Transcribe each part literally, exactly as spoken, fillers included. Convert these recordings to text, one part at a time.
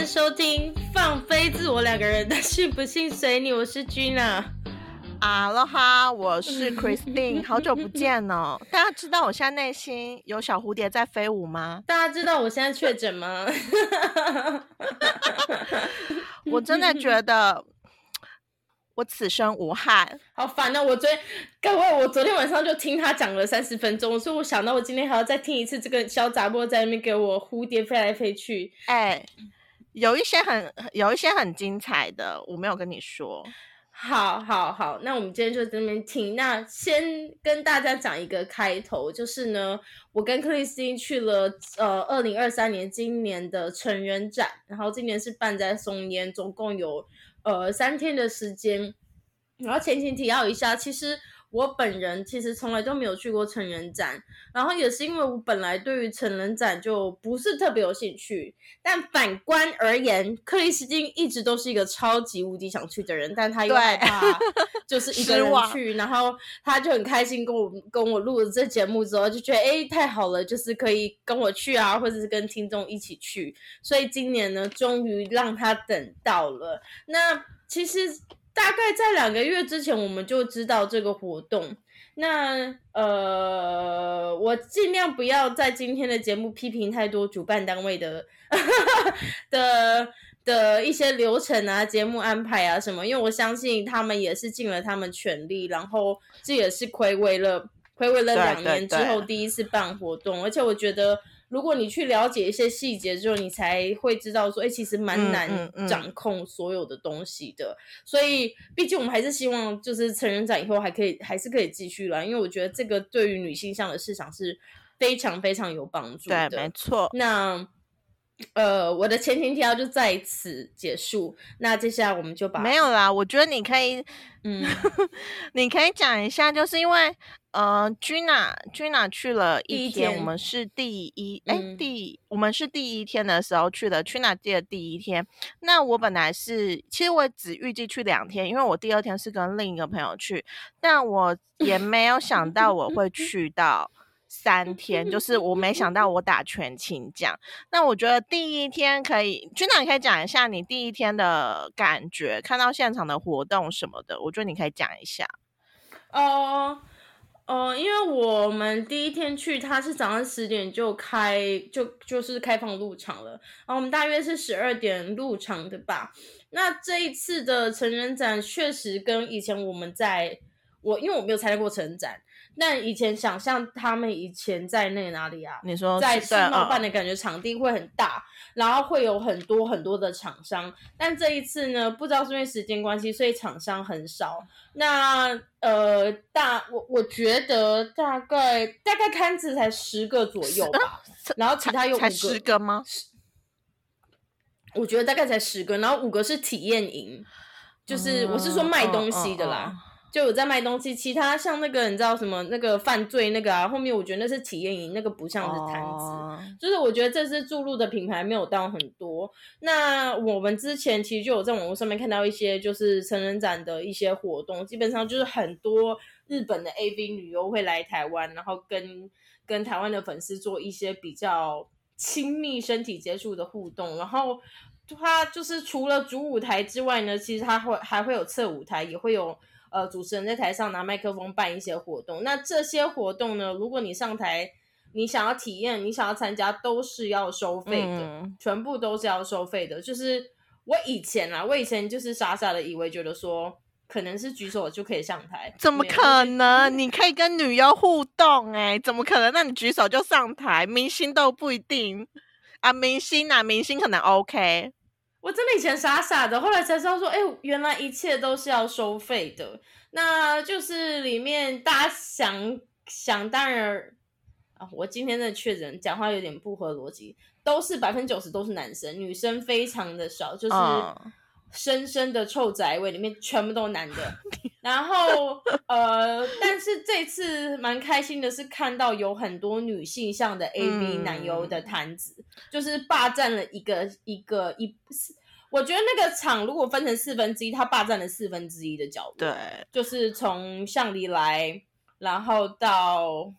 收听放飞自我两个人的信不信随你，我是 Gina。 哈喽哈，我是 Christine， 好久不见哦。大家知道我现在内心有小蝴蝶在飞舞吗？ 大家知道我现在确诊吗？ 我真的觉得我此生无憾。 好烦哦！我昨天各位，我昨天晚上就听他讲了三十分钟，所以我想到我今天还要再听一次这个小杂波在那边给我蝴蝶飞来飞去。 哎，有一些很有一些很精彩的，我没有跟你说。 好好好，那我们今天就在那边听。那先跟大家讲一个开头，就是呢，我跟克里斯汀去了呃二零二三年今年的成人展，然后今年是办在松烟，总共有呃三天的时间。然后前情提要一下，其实我本人其实从来都没有去过成人展，然后也是因为我本来对于成人展就不是特别有兴趣，但反观而言，克里斯汀一直都是一个超级无敌想去的人，但他又害怕就是一个人去，然后他就很开心跟我跟我录了这节目之后，就觉得哎太好了，就是可以跟我去啊，或者是跟听众一起去，所以今年呢，终于让他等到了。那其实大概在两个月之前我们就知道这个活动，那呃，我尽量不要在今天的节目批评太多主办单位的的的一些流程啊、节目安排啊什么，因为我相信他们也是尽了他们全力，然后这也是睽违了睽违了两年之后第一次办活动，而且我觉得如果你去了解一些细节之后，你才会知道说，哎，其实蛮难掌控所有的东西的。嗯嗯嗯、所以，毕竟我们还是希望，就是成人展以后还可以，还是可以继续啦。因为我觉得这个对于女性向的市场是非常非常有帮助的。 对，没错。 那呃，我的前情提要就在此结束。那接下来我们就把没有啦，我觉得你可以，嗯，你可以讲一下，就是因为呃 ，Gina Gina 去了一天， 一天我们是第一，哎、嗯，第我们是第一天的时候去的 Gina 记的第一天。那我本来是，其实我只预计去两天，因为我第二天是跟另一个朋友去，但我也没有想到我会去到三天，就是我没想到我打全勤奖。那我觉得第一天可以，Gina你可以讲一下你第一天的感觉，看到现场的活动什么的，我觉得你可以讲一下。 哦、呃呃，因为我们第一天去，它是早上十点就开，就就是开放入场了，然后我们大约是十二点入场的吧。那这一次的成人展确实跟以前我们在我因为我没有参加过成人展。那以前想象他们以前在那个哪里啊？ 你说在世贸办的感觉，场地会很大，然后会有很多很多的厂商。但这一次呢，不知道是因为时间关系，所以厂商很少。那呃，大我我觉得大概大概摊子才十个左右吧，然后其他有五个， 才十个吗？ 我觉得大概才十个，然后五个是体验营，就是我是说卖东西的啦。嗯嗯嗯嗯就有在卖东西，其他像那个你知道什么那个犯罪那个啊，后面我觉得那是体验营，那个不像是摊子，哦、就是我觉得这次注入的品牌没有到很多。那我们之前其实就有在网络上面看到一些就是成人展的一些活动，基本上就是很多日本的 A V 女优会来台湾，然后跟跟台湾的粉丝做一些比较亲密身体接触的互动，然后它就是除了主舞台之外呢，其实它会还会有侧舞台，也会有。呃，主持人在台上拿麦克风办一些活动，那这些活动呢，如果你上台，你想要体验，你想要参加，都是要收费的，嗯、全部都是要收费的。就是我以前啊，我以前就是傻傻的以为，觉得说可能是举手就可以上台， 怎么可能？你可以跟女优互动哎、欸，怎么可能？那你举手就上台？明星都不一定啊，明星啊，明星可能 OK。 我真的以前傻傻的，后来才知道说，哎，原来一切都是要收费的。那就是里面大家想想当然啊，我今天的确诊讲话有点不合逻辑，都是百分之九十都是男生，女生非常的少，就是深深的臭宅味里面全部都是男的。然后呃，但是这次蛮开心的是看到有很多女性向的 A V 男优的摊子，嗯、就是霸占了一个一个一，我觉得那个场如果分成四分之一，它霸占了四分之一的角落。 对， 就是从向里来，然后到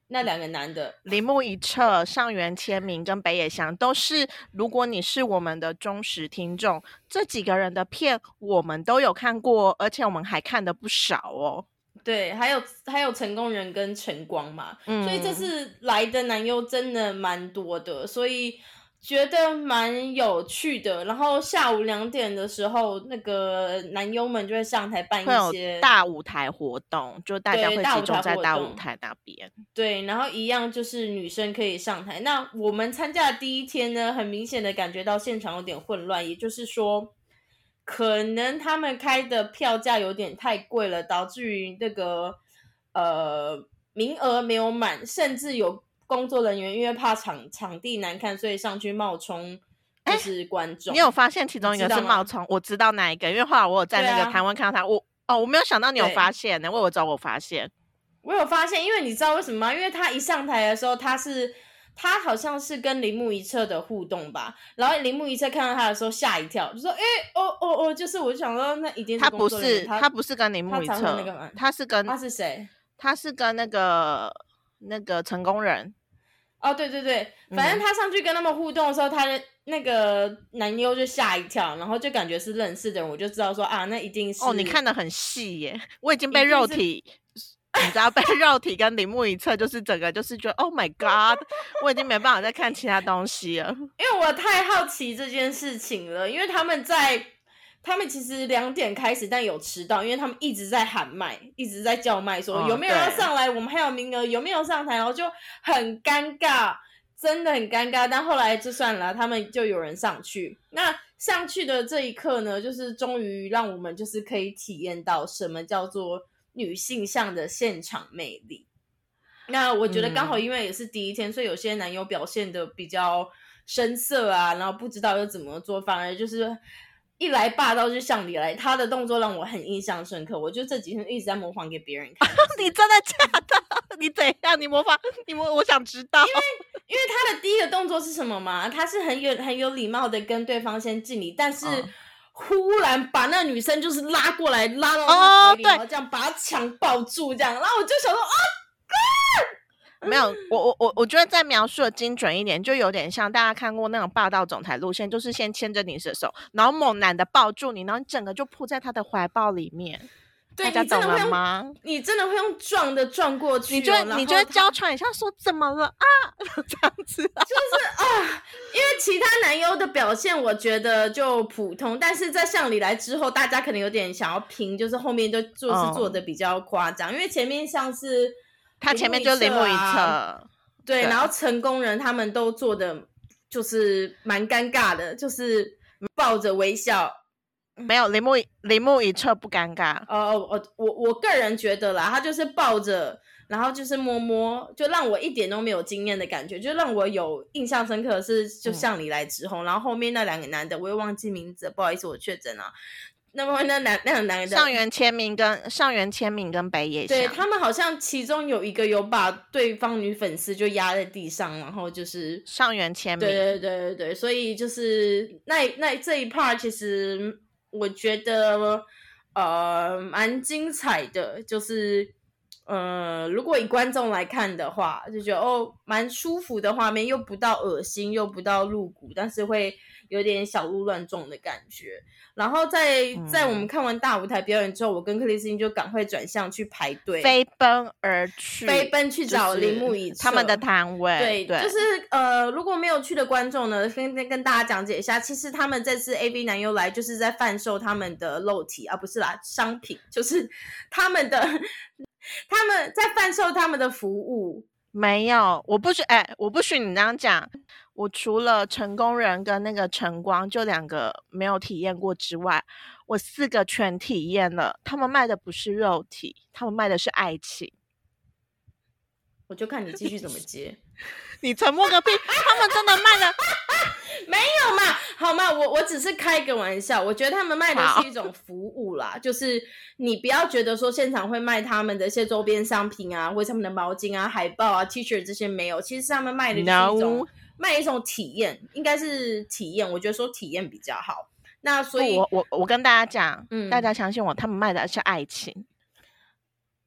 那两个男的， 铃木一彻、上原千明跟北野祥都是，如果你是我们的忠实听众，这几个人的片我们都有看过，而且我们还看的不少哦。 对，还有还有成功人跟晨光嘛， 嗯， 所以这次来的男优真的蛮多的，所以觉得蛮有趣的。然后下午两点的时候，那个男优们就会上台办一些大舞台活动，就大家会集中在大舞台那边。 对，然后一样就是女生可以上台。那我们参加的第一天呢，很明显的感觉到现场有点混乱，也就是说，可能他们开的票价有点太贵了，导致于那个呃名额没有满，甚至有工作人员因为怕场场地难看，所以上去冒充就是观众。 你有发现其中一个是冒充？我知道哪一个，因为后来我有在那个台湾看到他，我哦我没有想到你有发现呢，因为我找我发现， 我有发现，因为你知道为什么吗？因为他一上台的时候，他是。他好像是跟铃木一彻的互动吧，然后铃木一彻看到他的时候吓一跳，就说：“哎、欸，哦哦哦，就是我就想说，那一定是工作人员。” 他不是，他不是跟铃木一彻， 那个他是跟他是谁？ 他是跟那个那个成功人。 哦，对对对，反正他上去跟他们互动的时候，嗯、他的那个男优就吓一跳，然后就感觉是认识的人，我就知道说啊，那一定是。 哦，你看得很细耶，我已经被肉体。你知道被肉体跟铃木一彻就是整个就是觉得 Oh my God， 我已经没办法再看其他东西了， 因为我太好奇这件事情了。因为他们在他们其实两点开始，但有迟到，因为他们一直在喊麦，一直在叫麦说、哦、有没有要上来，我们还有名额，有没有上台，然后就很尴尬，真的很尴尬。但后来就算了，他们就有人上去。那上去的这一刻呢，就是终于让我们就是可以体验到什么叫做女性向的现场魅力。那我觉得刚好因为也是第一天、嗯、所以有些男优表现的比较生涩啊，然后不知道要怎么做，反而就是一来霸道就向里来，他的动作让我很印象深刻，我就这几天一直在模仿给别人看。 你真的假的？你怎样？你模仿你模我想知道。 因为因为他的第一个动作是什么嘛？他是很有很有礼貌的跟对方先敬礼，但是、哦忽然把那女生就是拉过来，拉到他怀里、哦，然后这样把他强抱住，这样，然后我就想说啊， 没有，我我我我觉得再描述的精准一点，就有点像大家看过那种霸道总裁路线，就是先牵着你的手，然后猛男的抱住你，然后你整个就扑在他的怀抱里面。 对， 大家懂了吗？ 你真的会用撞的撞过去、哦， 你就你就会娇喘一下说怎么了啊？这样子、啊、 就是啊，因为其他男优的表现我觉得就普通，但是在向里来之后，大家可能有点想要拼，就是后面就做是做的比较夸张、嗯，因为前面像是他前面就是铃木一彻， 对，然后成功人他们都做的就是蛮尴尬的，就是抱着微笑。 没有铃木铃木一彻不尴尬哦哦，我我个人觉得啦，他就是抱着，然后就是摸摸，就让我一点都没有惊艳的感觉，就让我有印象深刻的是，就向你来之后、嗯，然后后面那两个男的我又忘记名字，不好意思，我确诊了。那么那男那两个男的上原千明跟上原千明跟北野祥， 对他们好像其中有一个有把对方女粉丝就压在地上，然后就是上原千明， 对对对对对，所以就是那那这一 part 其实。我觉得呃蛮精彩的，就是呃如果以观众来看的话，就觉得哦蛮舒服的画面，又不到恶心，又不到露骨，但是会有点小鹿乱撞的感觉。然后在在我们看完大舞台表演之后，我跟克里斯汀就赶快转向去排队， 飞奔而去， 飞奔去找铃木一彻、就是、 他们的摊位。 对， 对， 就是呃，如果没有去的观众呢，跟跟大家讲解一下，其实他们这次 A V 男优来就是在贩售他们的肉体啊，不是啦，商品，就是他们的他们在贩售他们的服务。 没有，我不许，哎、欸，我不许你这样讲。我除了成功人跟那个晨光就两个没有体验过之外，我四个全体验了。他们卖的不是肉体，他们卖的是爱情。 我就看你继续怎么接。 你沉默个屁！他们真的卖的没有嘛？好嘛，我我只是开个玩笑。我觉得他们卖的是一种服务啦，就是你不要觉得说现场会卖他们的一些周边商品啊，或者他们的毛巾啊、海报啊、T 恤这些没有。其实他们卖的就是一种、no. 卖一种体验，应该是体验。我觉得说体验比较好。那所以， 我我我跟大家讲、嗯，大家相信我，他们卖的是爱情。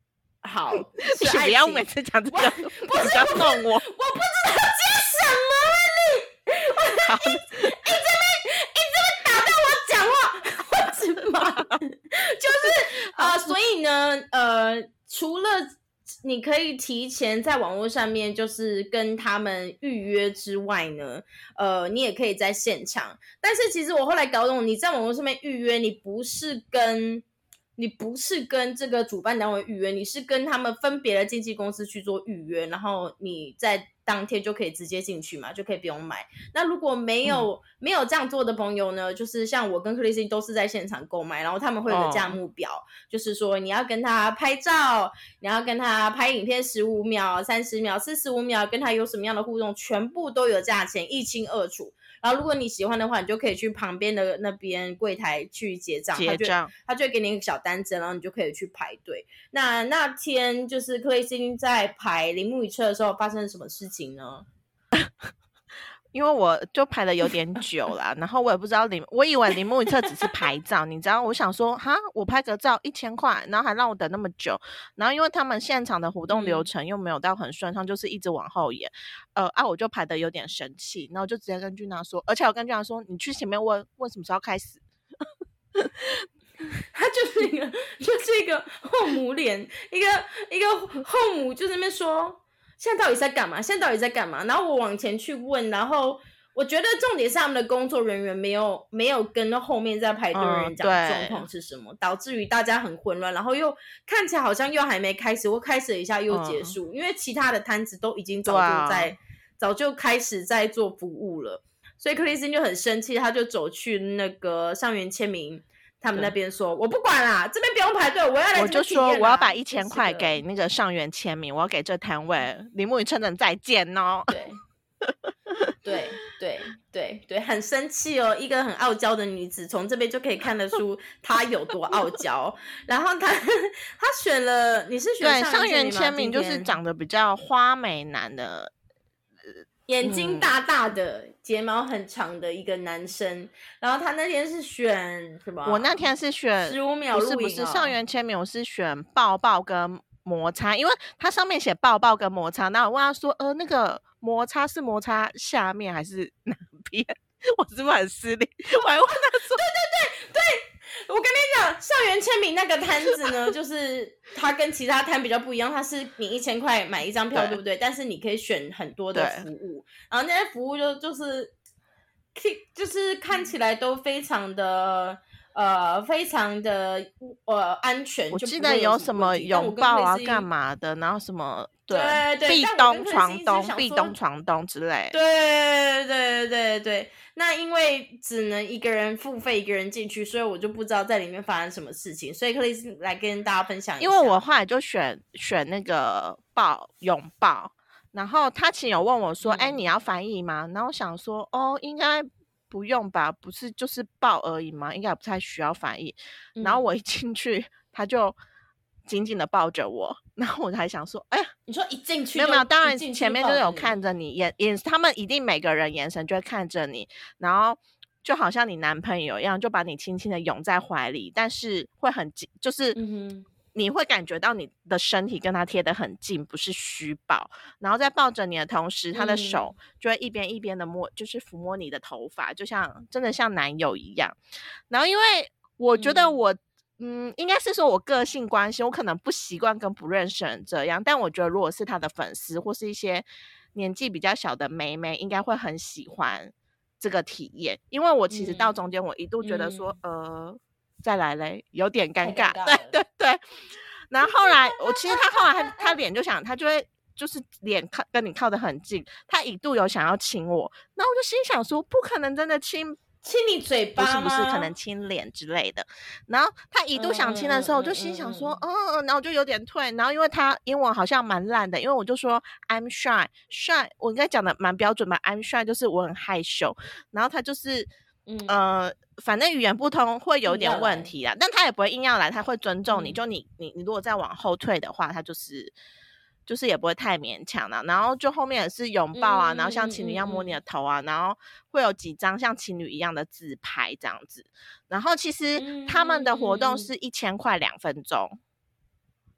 好， 你不要每次讲这个，不是要弄我， 我不知道接什么了你。 好， 一直被一直被打断我讲话，我怎么？就是呃，所以呢，呃，除了你可以提前在网络上面就是跟他们预约之外呢，呃，你也可以在现场。但是其实我后来搞懂，你在网络上面预约，你不是跟你不是跟这个主办单位预约，你是跟他们分别的经纪公司去做预约，然后你在当天就可以直接进去嘛，就可以不用买。那如果没有、嗯、没有这样做的朋友呢，就是像我跟克里斯汀都是在现场购买，然后他们会有个价目表、哦、就是说你要跟他拍照，你要跟他拍影片十五秒、三十秒、四十五秒，跟他有什么样的互动，全部都有价钱，一清二楚。然后如果你喜欢的话，你就可以去旁边的那边柜台去结账， 结账， 他就会给你一个小单子，然后你就可以去排队。那那天就是克里斯汀在排铃木一彻的时候，发生了什么事情呢？ 因为我就排的有点久啦，然后我也不知道铃，我以为铃木一彻只是拍照，你知道，我想说哈，我拍个照一千块，然后还让我等那么久，然后因为他们现场的活动流程又没有到很顺畅、嗯，就是一直往后延，呃啊，我就排的有点生气，然后我就直接跟俊娜说，而且我跟俊娜说，你去前面问问什么时候开始。 他就是一个就是一个后母脸，一个一个后母就在那边说。现在到底在干嘛？现在到底在干嘛？然后我往前去问，然后我觉得重点是他们的工作人员没有没有跟后面在排队的人讲状况是什么、嗯，导致于大家很混乱，然后又看起来好像又还没开始，或开始了一下又结束，嗯、因为其他的摊子都已经早就在、啊、早就开始在做服务了，所以克里斯汀就很生气，他就走去那个上元签名。他们那边说我不管啦，这边不用排队，我要来这边体验啦。我就说我要把一千块给那个上元签名，我要给这摊位铃木一彻等再见哦。 对对对对对，很生气哦，一个很傲娇的女子，从这边就可以看得出她有多傲娇。然后她她选了，你是选上元签名，就是长得比较花美男的。 眼睛大大的、嗯、睫毛很长的一个男生，然后他那天是选什么？ 我那天是选十五秒录影、哦、 不是不是上元签名，我是选抱抱跟摩擦，因为它上面写抱抱跟摩擦，那我问他说，呃，那个摩擦是摩擦下面还是哪边？我是不是很失礼？我还问他说， 对对对对。我跟你讲，上元签名那个摊子呢，就是它跟其他摊比较不一样，它是你一千块买一张票， 对, 对不对？但是你可以选很多的服务，然后那些服务就就是就是看起来都非常的呃非常的呃安全。 我记得有什么拥抱啊干嘛的，然后什么对对壁咚床咚壁咚床咚之类的。 对对对对。那因为只能一个人付费一个人进去，所以我就不知道在里面发生什么事情，所以克里斯来跟大家分享一下。 因为我后来就选选那个抱拥抱，然后他其实有问我说哎、嗯欸，你要翻译吗？然后我想说哦应该不用吧，不是就是抱而已吗？应该不太需要翻译、嗯、然后我一进去他就紧紧的抱着我，然后我还想说哎呀， 你说一进去没有没有，当然前面就有看着你眼眼，他们一定每个人眼神就会看着你，然后就好像你男朋友一样，就把你轻轻的拥在怀里，但是会很近，就是你会感觉到你的身体跟他贴得很近，不是虚抱，然后在抱着你的同时，他的手就会一边一边的摸，就是抚摸你的头发，就像真的像男友一样。然后因为我觉得我、嗯嗯，应该是说我个性关系，我可能不习惯跟不认识人这样，但我觉得如果是他的粉丝或是一些年纪比较小的妹妹，应该会很喜欢这个体验。因为我其实到中间我一度觉得说、嗯、呃再来嘞有点尴尬，对对对。然后后来我其实他后来他他脸就想他就会就是脸靠跟你靠得很近，他一度有想要亲我，那我就心想说不可能真的亲亲你嘴巴吗？ 不是不是，可能亲脸之类的。然后他一度想亲的时候，嗯、我就心想说，嗯, 嗯, 嗯，然后我就有点退。然后因为他英文好像蛮烂的，因为我就说 I'm shy shy， 我应该讲的蛮标准吧 ，I'm shy 就是我很害羞。然后他就是，嗯、呃，反正语言不通会有点问题啦，但他也不会硬要来，他会尊重你。嗯、就你你你如果再往后退的话，他就是。就是也不会太勉强啦，然后就后面也是拥抱啊、嗯、然后像情侣一样摸你的头啊、嗯、然后会有几张像情侣一样的自拍这样子，然后其实他们的活动是一千块两分钟、嗯、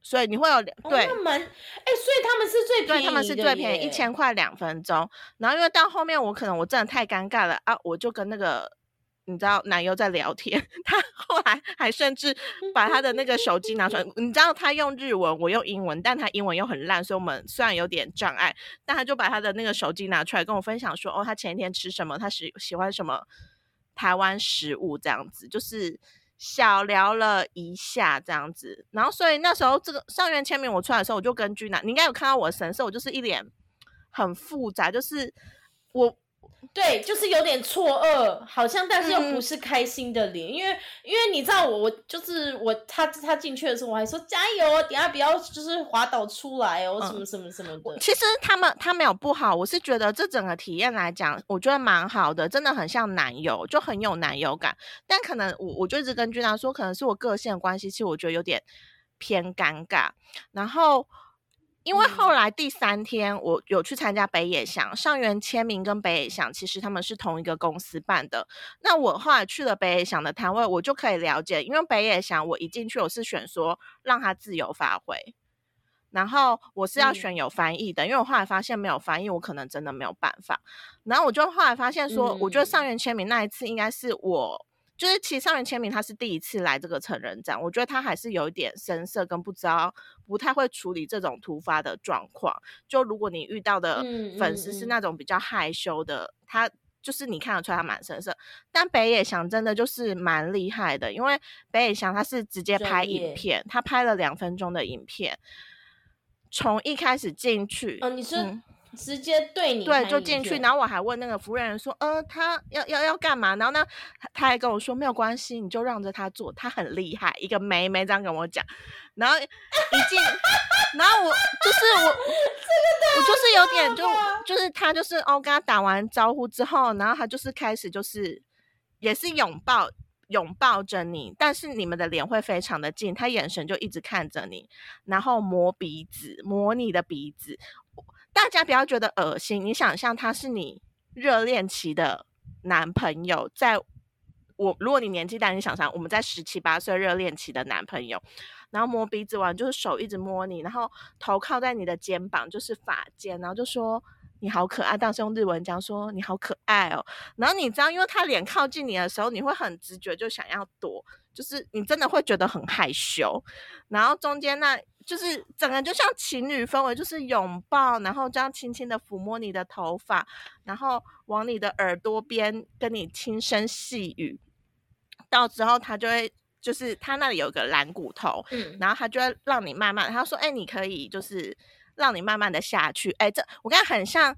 所以你会有对、 哦、那蛮哎、欸，所以他们是最便宜的耶， 对，他们是最便宜，一千块两分钟。然后因为到后面我可能我真的太尴尬了啊，我就跟那个你知道男优在聊天，他后来还甚至把他的那个手机拿出来，你知道他用日文，我用英文，但他英文又很烂，所以我们虽然有点障碍，但他就把他的那个手机拿出来跟我分享说，哦，他前一天吃什么，他喜喜欢什么台湾食物，这样子就是小聊了一下这样子。然后所以那时候这个上元签名我出来的时候，我就跟君娜，你应该有看到我的神色，我就是一脸很复杂，就是我对，就是有点错愕，好像但是又不是开心的脸、嗯、因为因为你知道我我就是我他他进去的时候我还说加油，等一下不要就是滑倒出来哦、嗯、什么什么什么的。 其实他们他没有不好，我是觉得这整个体验来讲我觉得蛮好的，真的很像男友，就很有男友感。但可能我我就一直跟君娜说，可能是我个性的关系，其实我觉得有点偏尴尬。然后因为后来第三天我有去参加北野祥，上元签名跟北野祥其实他们是同一个公司办的。那我后来去了北野祥的摊位，我就可以了解，因为北野祥我一进去我是选说让他自由发挥，然后我是要选有翻译的、嗯、因为我后来发现没有翻译我可能真的没有办法。然后我就后来发现说、嗯、我觉得上元签名那一次应该是我就是其实上元签名他是第一次来这个成人展，我觉得他还是有一点生涩跟不知道不太会处理这种突发的状况。就如果你遇到的粉丝是那种比较害羞的、嗯嗯嗯、他就是你看得出来他蛮生涩。但北野祥真的就是蛮厉害的，因为北野祥他是直接拍影片，他拍了两分钟的影片，从一开始进去哦，你是、嗯直接对你对就进去，然后我还问那个服务人说呃他要要要干嘛，然后呢他还跟我说没有关系，你就让着他做，他很厉害，一个妹妹这样跟我讲。然后一进然后我就是我我就是有点就就是他就是哦跟他打完招呼之后，然后他就是开始就是也是拥抱拥抱着你，但是你们的脸会非常的近，他眼神就一直看着你，然后摸鼻子摸你的鼻子。大家不要觉得恶心，你想象他是你热恋期的男朋友，在我如果你年纪大，你想象我们在十七八岁热恋期的男朋友，然后摸鼻子完就是手一直摸你，然后头靠在你的肩膀就是发间，然后就说你好可爱，当时用日文讲说你好可爱哦。然后你知道因为他脸靠近你的时候你会很直觉就想要躲，就是你真的会觉得很害羞。然后中间那就是整个就像情侣氛围，就是拥抱，然后这样轻轻的抚摸你的头发，然后往你的耳朵边跟你轻声细语，到之后他就会就是他那里有个蓝骨头、嗯、然后他就会让你慢慢，他说哎、欸，你可以就是让你慢慢的下去。哎、欸，这我看很像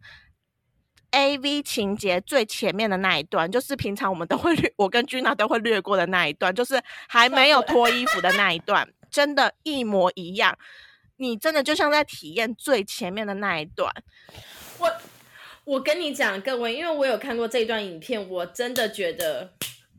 A V 情节最前面的那一段，就是平常我们都会略我跟君娜都会略过的那一段，就是还没有脱衣服的那一段真的一模一样，你真的就像在体验最前面的那一段。 我我跟你讲各位，因为我有看过这一段影片，我真的觉得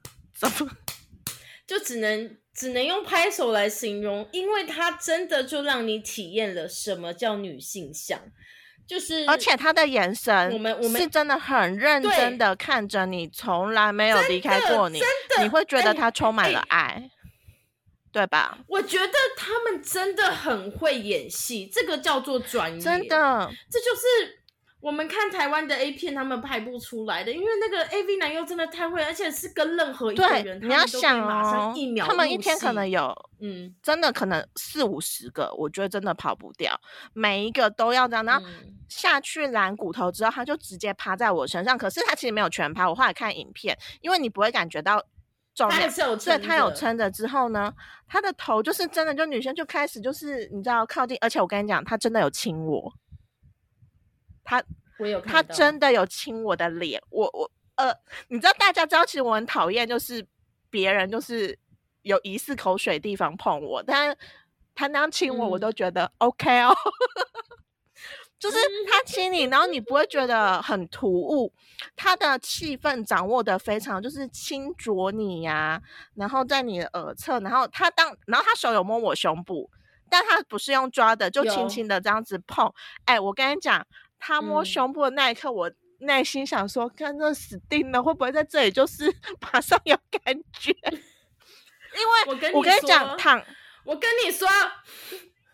就只能只能用拍手来形容，因为它真的就让你体验了什么叫女性向，就是而且他的眼神我们我们是真的很认真的看着你，从来没有离开过你，你会觉得他充满了爱、欸欸、对吧？ 我觉得他们真的很会演戏，这个叫做专业， 真的，这就是我们看台湾的 A 片他们拍不出来的，因为那个 A V 男优真的太会，而且是跟任何一个人你要想马上一秒入戏， 他们一天可能有嗯，真的可能四五十个，我觉得真的跑不掉，每一个都要这样，然后下去拦骨头之后他就直接趴在我身上，可是他其实没有全趴，我后来看影片，因为你不会感觉到重量，所以他有撑着之后呢，他的头就是真的就女生就开始就是你知道靠近，而且我跟你讲他真的有亲我，他我有看到他真的有亲我的脸，我我呃，你知道大家知道其实我很讨厌就是别人就是有疑似口水地方碰我，但他那样亲我、嗯、我都觉得 OK 哦就是他亲你然后你不会觉得很突兀，他的气氛掌握的非常，就是轻啄你呀、啊，然后在你的耳侧，然后他当然后他手有摸我胸部，但他不是用抓的，就轻轻的这样子碰。哎，我跟你讲他摸胸部的那一刻、嗯、我内心想说看这死定了，会不会在这里就是马上有感觉因为我跟你我跟你讲躺我跟你说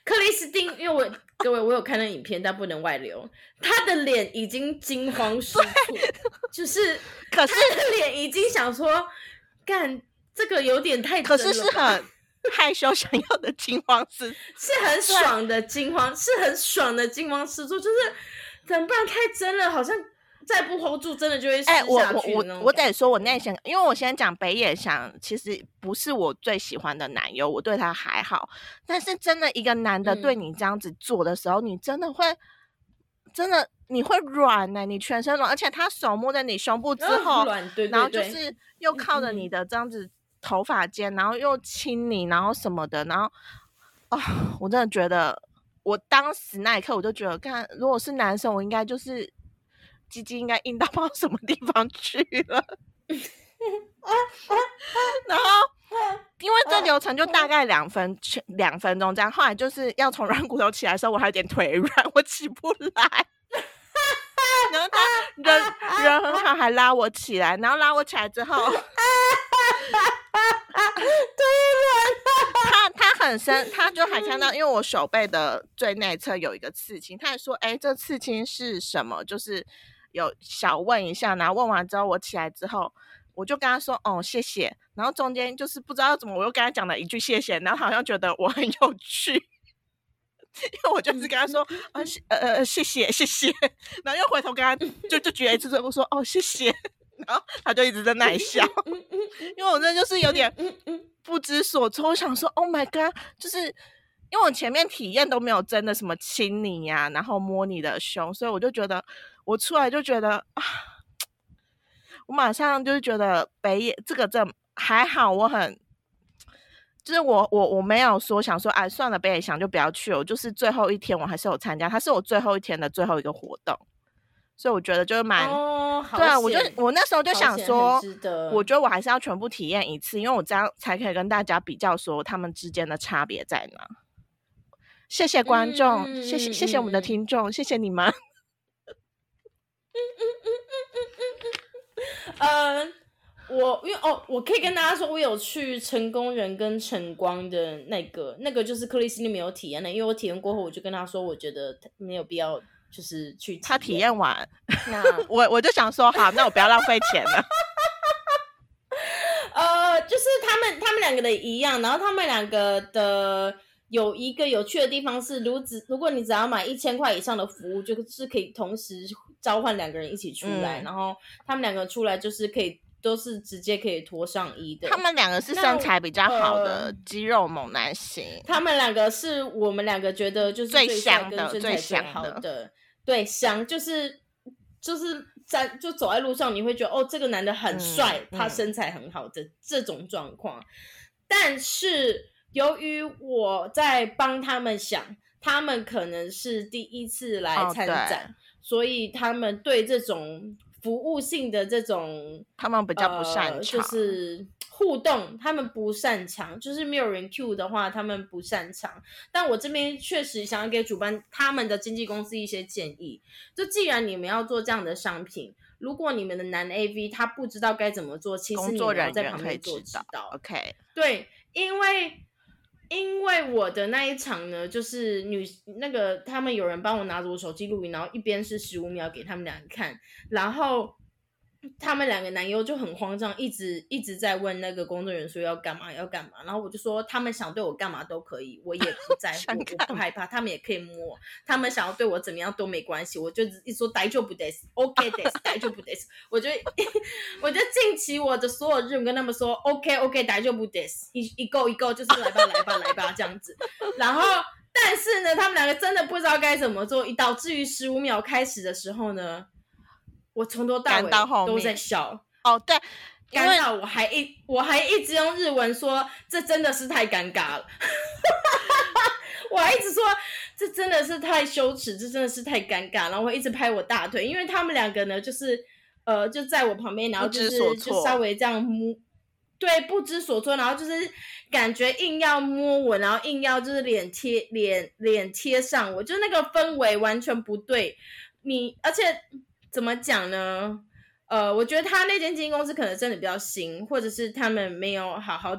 克里斯汀，因为我各位我有看那影片，但不能外流，他的脸已经惊慌失措，就是可是他的脸已经想说，干这个有点太真了吧， 可是是很害羞想要的惊慌失是很爽的惊慌，是很爽的惊慌失措，就是怎么办？太真了，好像再不 hold 住，真的就会失下去的那种感觉。 我我我我得说，我内心，因为我先讲北野祥，其实不是我最喜欢的男优，我对他还好。但是真的一个男的对你这样子做的时候，嗯、你真的会，真的你会软呢、欸，你全身软，而且他手摸在你胸部之后， 软对对对， 然后就是又靠着你的这样子头发尖，然后又亲你，然后什么的，然后啊、哦，我真的觉得，我当时那一刻我就觉得，看如果是男生，我应该就是。鸡鸡应该硬到不知道什么地方去了，然后因为这流程就大概两分两分钟这样，后来就是要从软骨头起来的时候，我还有点腿软，我起不来。然后他人人很好，还拉我起来，然后拉我起来之后，他他很深，他就还看到，因为我手背的最内侧有一个刺青，他还说：“哎，这刺青是什么？”就是有小问一下，然后问完之后，我起来之后，我就跟他说：“哦，谢谢。”然后中间就是不知道怎么，我又跟他讲了一句谢谢，然后好像觉得我很有趣，因为我就是跟他说：“啊，呃呃，谢谢谢谢。”然后又回头跟他就就举了一次嘴，我说：“哦，谢谢。”然后他就一直在那里笑，因为我真的就是有点不知所措，我想说 ：“Oh my god！” 就是因为我前面体验都没有真的什么亲你呀、啊，然后摸你的胸，所以我就觉得我出来就觉得啊，我马上就是觉得北野这个这还好，我很就是我我我没有说想说哎算了，北野想就不要去了，我就是最后一天我还是有参加，它是我最后一天的最后一个活动。所以我觉得就是蛮、 哦、 对啊，我就我那时候就想说，我觉得我还是要全部体验一次，因为我这样才可以跟大家比较说他们之间的差别在哪。谢谢观众，嗯、谢谢谢谢我们的听众，嗯、谢谢你们。 呃，我因为哦，我可以跟大家说，我有去成功人跟晨光的那个，那个就是克里斯汀没有体验的，因为我体验过后，我就跟他说，我觉得没有必要。就是去体他体验完，那我我就想说，好，那我不要浪费钱了。 呃，就是他们他们两个的一样，然后他们两个的有一个有趣的地方是，如只如果你只要买一千块以上的服务，就是可以同时召唤两个人一起出来，嗯、然后他们两个出来就是可以。都是直接可以脱上衣的。 他们两个是身材比较好的、呃、肌肉猛男型。 他们两个是我们两个觉得就是最香的、 最香的。的对，香就是就是在就走在路上，你会觉得哦，这个男的很帅，嗯、他身材很好的、嗯、这种状况。但是由于我在帮他们想，他们可能是第一次来参展，哦、所以他们对这种。服务性的这种， 他们比较不擅长，呃、 就是互动，他们不擅长，就是没有人 Q 的话，他们不擅长。但我这边确实想要给主办他们的经纪公司一些建议，就既然你们要做这样的商品，如果你们的男 A V 他不知道该怎么做，其实你们要在旁边做指导。 OK， 对，因为。因为我的那一场呢，就是女那个他们有人帮我拿着我手机录影，然后一边是十五秒给他们两个看，然后他们两个男优就很慌张，一直一直在问那个工作人员说要干嘛要干嘛，然后我就说他们想对我干嘛都可以，我也不在乎，我不害怕，他们也可以摸，他们想要对我怎么样都没关系，我就一说大丈夫です OK です大丈夫です，我就我就尽起我的所有任务跟他们说 OK OK 大丈夫です一一够一够就是来吧来吧来吧这样子，然后但是呢他们两个真的不知道该怎么做，导致于十五秒开始的时候呢。我从头到尾都在笑哦，对， 干到我还一我还一直用日文说这真的是太尴尬了，我还一直说这真的是太羞耻，这真的是太尴尬，然后我一直拍我大腿，因为他们两个呢就是呃就在我旁边，然后就是就稍微这样摸，对，不知所措，然后就是感觉硬要摸我，然后硬要就是脸贴脸脸贴上我，就那个氛围完全不对，你而且。怎么讲呢？呃，我觉得他那间经纪公司可能真的比较新，或者是他们没有好好的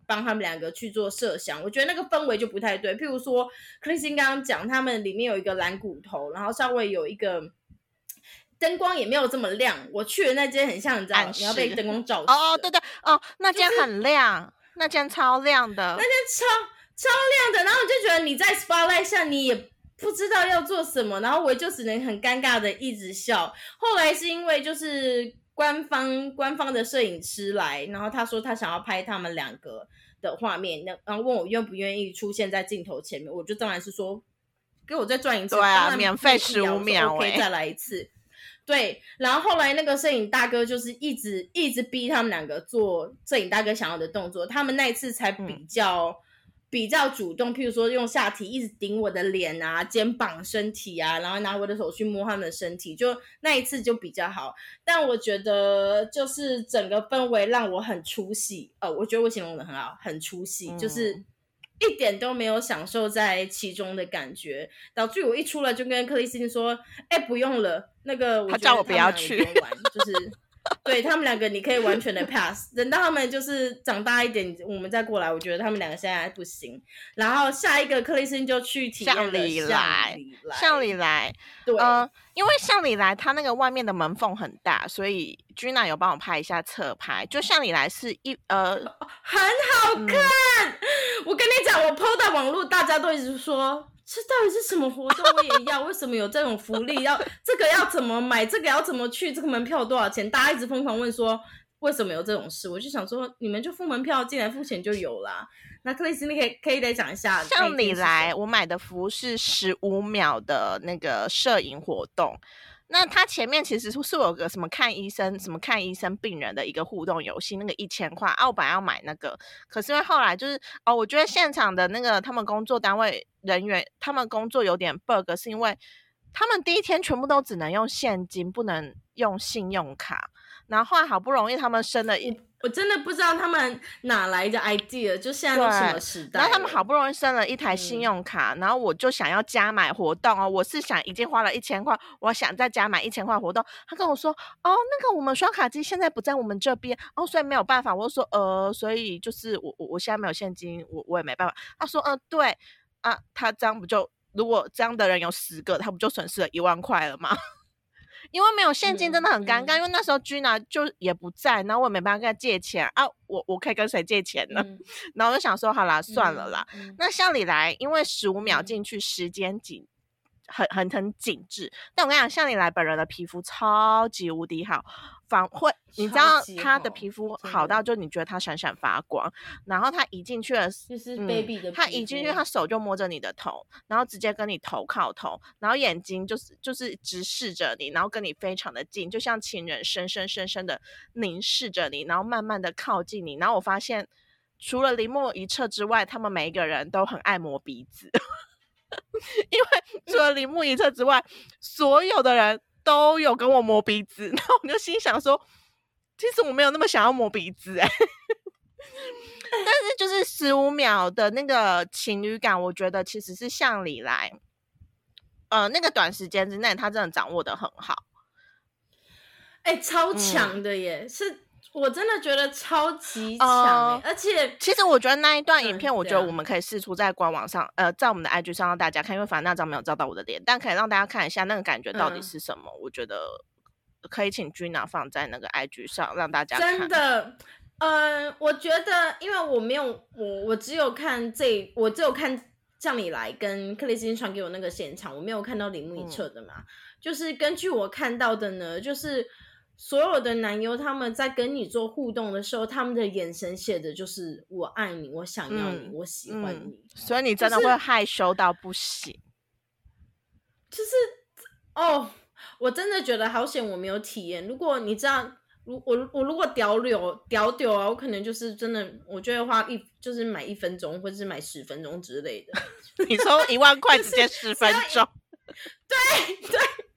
帮他们两个去做设想，我觉得那个氛围就不太对。譬如说 Christine 刚刚讲他们里面有一个蓝骨头，然后稍微有一个灯光也没有这么亮，我去的那间很像你知道你要被灯光照死。 哦对对哦，那间很亮、就是、那间超亮的， 那间超超亮的，然后我就觉得你在 spotlight 下你也不知道要做什么，然后我就只能很尴尬的一直笑。后来是因为就是官方官方的摄影师来，然后他说他想要拍他们两个的画面，然后问我愿不愿意出现在镜头前面，我就当然是说给我再转一次， 对啊，免费十五秒， 可以再来一次。对，然后后来那个摄影大哥就是一直一直逼他们两个做摄影大哥想要的动作，他们那一次才比较、嗯、比较主动，譬如说用下体一直顶我的脸啊、肩膀、身体啊，然后拿我的手去摸他们的身体，就那一次就比较好。但我觉得就是整个氛围让我很出戏，呃，我觉得我形容的很好，很出戏、嗯，就是一点都没有享受在其中的感觉，导致我一出来就跟克里斯汀说：“哎、欸，不用了，那个我觉得他叫我不要去， 就是对他们两个你可以完全的 pass， 等到他们就是长大一点，我们再过来。我觉得他们两个现在还不行。然后下一个克里斯汀就去体验了向里来，向里来， 对， 呃，因为向里来他那个外面的门缝很大，所以 Gina 有帮我拍一下侧拍，就向里来是一呃很好看。嗯、我跟你讲，我 po 到网络，大家都一直说。这到底是什么活动？我也要，为什么有这种福利？要这个要怎么买？这个要怎么去？这个门票多少钱？大家一直疯狂问说为什么有这种事？我就想说，你们就付门票进来付钱就有啦。那克里斯汀可以可以再讲一下。 像你来，我买的服是十五秒的那个摄影活动。那它前面其实是有个什么看医生什么看医生病人的一个互动游戏，那个一千块啊，我本来要买那个，可是因为后来就是哦，我觉得现场的那个他们工作单位人员，他们工作有点 bug， 是因为他们第一天全部都只能用现金，不能用信用卡，然后后来好不容易他们升了一。 我真的不知道他们哪来的 idea， 就现在都什么时代了， 然后他们好不容易升了一台信用卡、嗯、然后我就想要加买活动哦，我是想已经花了一千块，我想再加买一千块活动，他跟我说哦，那个我们刷卡机现在不在我们这边哦，所以没有办法。我就说呃，所以就是我我我现在没有现金，我我也没办法。他说呃，对啊，他这样不就如果这样的人有十个，他不就损失了一万块了吗？因为没有现金真的很尴尬、嗯嗯、因为那时候 Gina 就也不在，然后我也没办法跟他借钱啊，我我可以跟谁借钱呢、嗯、然后我就想说好啦算了啦、嗯嗯、那向里来因为十五秒进去时间紧很很很紧致，但我跟你讲向里来本人的皮肤超级无敌好，反会你知道他的皮肤好到就你觉得他闪闪发光，然后他一进去了就是 baby 的皮肤、嗯、 他一进去他手就摸着你的头，然后直接跟你头靠头，然后眼睛就是就是直视着你，然后跟你非常的近，就像情人深深深深的凝视着你，然后慢慢的靠近你。然后我发现除了铃木一彻之外，他们每一个人都很爱磨鼻子因为除了铃木一彻之外，所有的人都有跟我磨鼻子，然后我就心想说其实我没有那么想要磨鼻子哎、欸，但是就是十五秒的那个情侣感，我觉得其实是向里来呃，那个短时间之内他真的掌握得很好， 哎、欸，超强的耶、嗯、是我真的觉得超级强、欸呃、而且其实我觉得那一段影片我觉得我们可以释出在官网上、嗯、呃，在我们的 I G 上让大家看，因为反正那张没有照到我的脸，但可以让大家看一下那个感觉到底是什么、嗯、我觉得可以请 Gina 放在那个 I G 上让大家看。 真的呃，我觉得因为我没有我我只有看这我只有看向里来跟克里斯汀传给我那个现场，我没有看到铃木一彻的嘛、嗯、就是根据我看到的呢，就是所有的男优他们在跟你做互动的时候，他们的眼神写的就是我爱你，我想要你、嗯、我喜欢你、嗯、 所以你真的会害羞到不行， 就是、就是、哦我真的觉得好险我没有体验。如果你知道我我如果屌柳屌丢啊，我可能就是真的我就会花一就是买一分钟或者是买十分钟之类的你说一万块直接十分钟、 就是、对对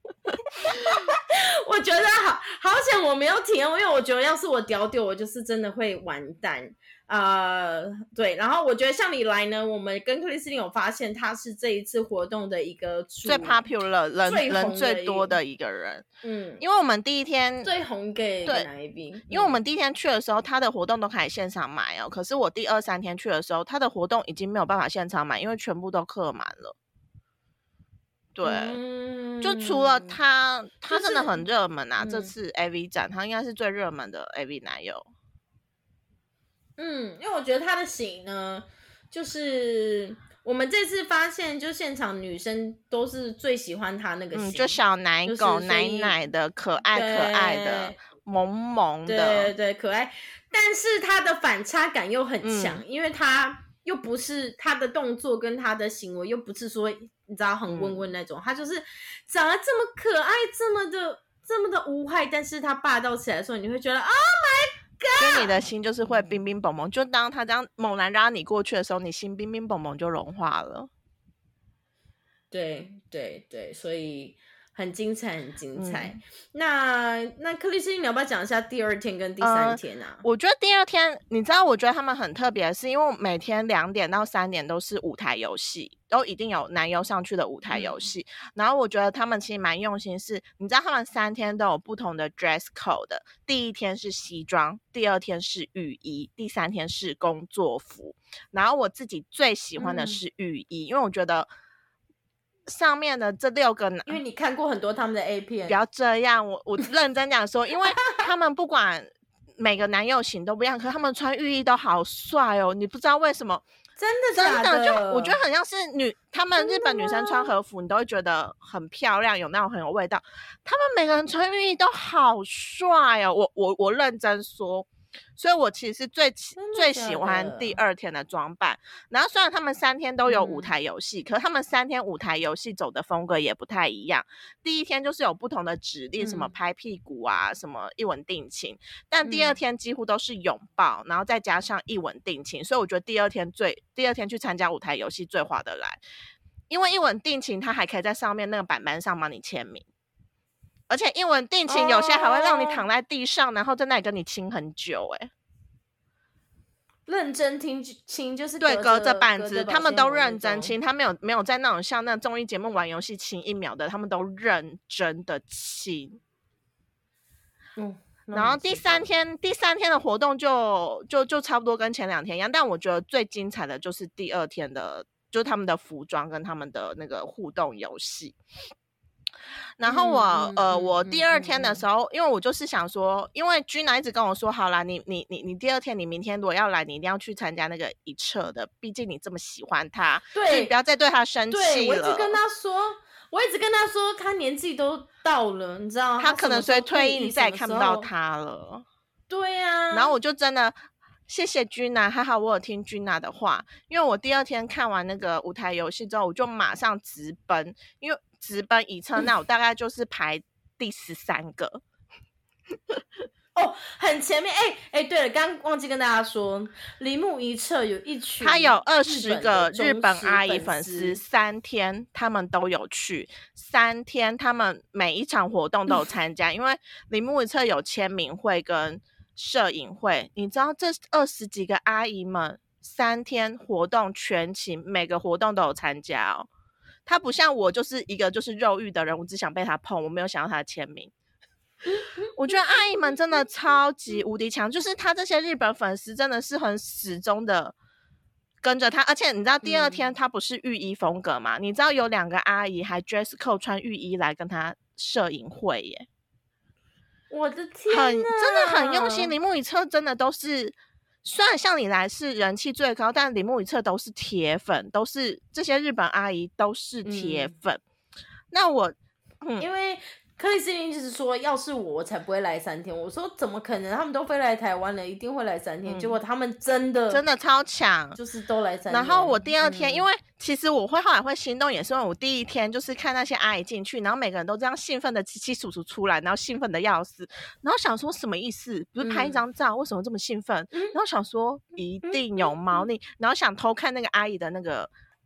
我觉得好好险我没有体验，因为我觉得要是我屌丢，我就是真的会完蛋。呃，对，然后我觉得像你来呢，我们跟克里斯汀有发现他是这一次活动的一个最 popular 人最人最多的一个人。 嗯， 因为我们第一天最红给对哪一笔？ 因为我们第一天去的时候，他的活动都可以现场买哦。可是我第二三天去的时候，他的活动已经没有办法现场买，因为全部都客满了。对、嗯，就除了他，他真的很热门啊！就是、这次 A V 展，他应该是最热门的 A V 男友。 嗯，因为我觉得他的型呢，就是我们这次发现，就现场女生都是最喜欢他那个型， 嗯、就小奶狗、就是、奶奶的，可爱可爱的，萌萌的， 对对对，可爱。但是他的反差感又很强、嗯，因为他又不是他的动作跟他的行为又不是说你知道很温温那种、嗯，他就是长得这么可爱，这么的这么的无害，但是他霸道起来的时候，你会觉得 Oh my。 就你的心就是会冰冰蹦蹦，就当他这样猛然拉你过去的时候，你心冰冰蹦蹦就融化了。 对对对，所以很精彩，很精彩。嗯、那那克里斯汀，你要不要讲一下第二天跟第三天啊？ 呃、我觉得第二天，你知道，我觉得他们很特别，是因为每天两点到三点都是舞台游戏，都一定有男优上去的舞台游戏、嗯。然后我觉得他们其实蛮用心是，是你知道他们三天都有不同的 dress code 的。第一天是西装，第二天是浴衣，第三天是工作服。然后我自己最喜欢的是浴衣，嗯、因为我觉得。上面的这六个， 因为你看过很多他们的 A 片， 不要这样，我我认真讲说，因为他们不管每个男友型都不一样，可是他们穿浴衣都好帅哦，你不知道为什么， 真的假的？ 真的就我觉得很像是女，他们日本女生穿和服，你都会觉得很漂亮，有那种很有味道。他们每个人穿浴衣都好帅哦，我我我认真说。所以我其实是最最喜欢第二天的装扮，然后虽然他们三天都有舞台游戏、嗯、可是他们三天舞台游戏走的风格也不太一样。第一天就是有不同的指令、嗯、什么拍屁股啊，什么一吻定情，但第二天几乎都是拥抱、嗯、然后再加上一吻定情，所以我觉得第二天最第二天去参加舞台游戏最划得来，因为一吻定情它还可以在上面那个板板上帮你签名，而且一吻定情有些还会让你躺在地上、oh. 然后在那里跟你亲很久。哎， 认真听亲就是对，隔着板子，他们都认真亲，他没有没有在那种像那综艺节目玩游戏亲一秒的，他们都认真的亲。嗯，然后第三天第三天的活动就就就差不多跟前两天一样，但我觉得最精彩的就是第二天的，就是他们的服装跟他们的那个互动游戏。然后我、嗯、呃、嗯，我第二天的时候、嗯嗯，因为我就是想说，因为 Gina 一直跟我说，好啦，你你你你第二天，你明天如果要来，你一定要去参加那个一彻的，毕竟你这么喜欢他， 对， 你不要再对他生气了。 对，我一直跟他说，我一直跟他说，他年纪都到了，你知道， 他可能随退役，你再也看不到他了。 对啊， 然后我就真的。谢谢 Gina， 还好我有听 Gina 的话，因为我第二天看完那个舞台游戏之后，我就马上直奔，因为直奔一册，那我大概就是排第十三个。 哦，很前面，哎哎，对了，刚忘记跟大家说，铃木一册有一群， 他有二十个日本阿姨粉丝，三天他们都有去，三天他们每一场活动都有参加，因为铃木一册有签名会跟。摄影会，你知道这二十几个阿姨们三天活动全勤，每个活动都有参加哦。他不像我，就是一个就是肉欲的人，我只想被他碰，我没有想要他的签名。我觉得阿姨们真的超级无敌强，就是他这些日本粉丝真的是很始终的跟着他，而且你知道第二天他不是浴衣风格嘛？嗯、你知道有两个阿姨还 dress code 穿浴衣来跟他摄影会耶。 我的天很真的很用心，铃木一彻真的都是，虽然像你来是人气最高，但铃木一彻都是铁粉，都是这些日本阿姨都是铁粉。嗯、那我、 嗯、因为克里斯汀就是说，要是我，我才不会来三天。我说怎么可能？他们都飞来台湾了，一定会来三天。嗯、结果他们真的真的超强， 就是都来三天。 然后我第二天，嗯、因为其实我会后来会心动，也是因为我第一天就是看那些阿姨进去，然后每个人都这样兴奋的七七数数出来，然后兴奋的要死，然后想说什么意思？不是拍一张照，嗯、为什么这么兴奋？嗯、然后想说一定有猫腻，嗯、然后想偷看那个阿姨的那个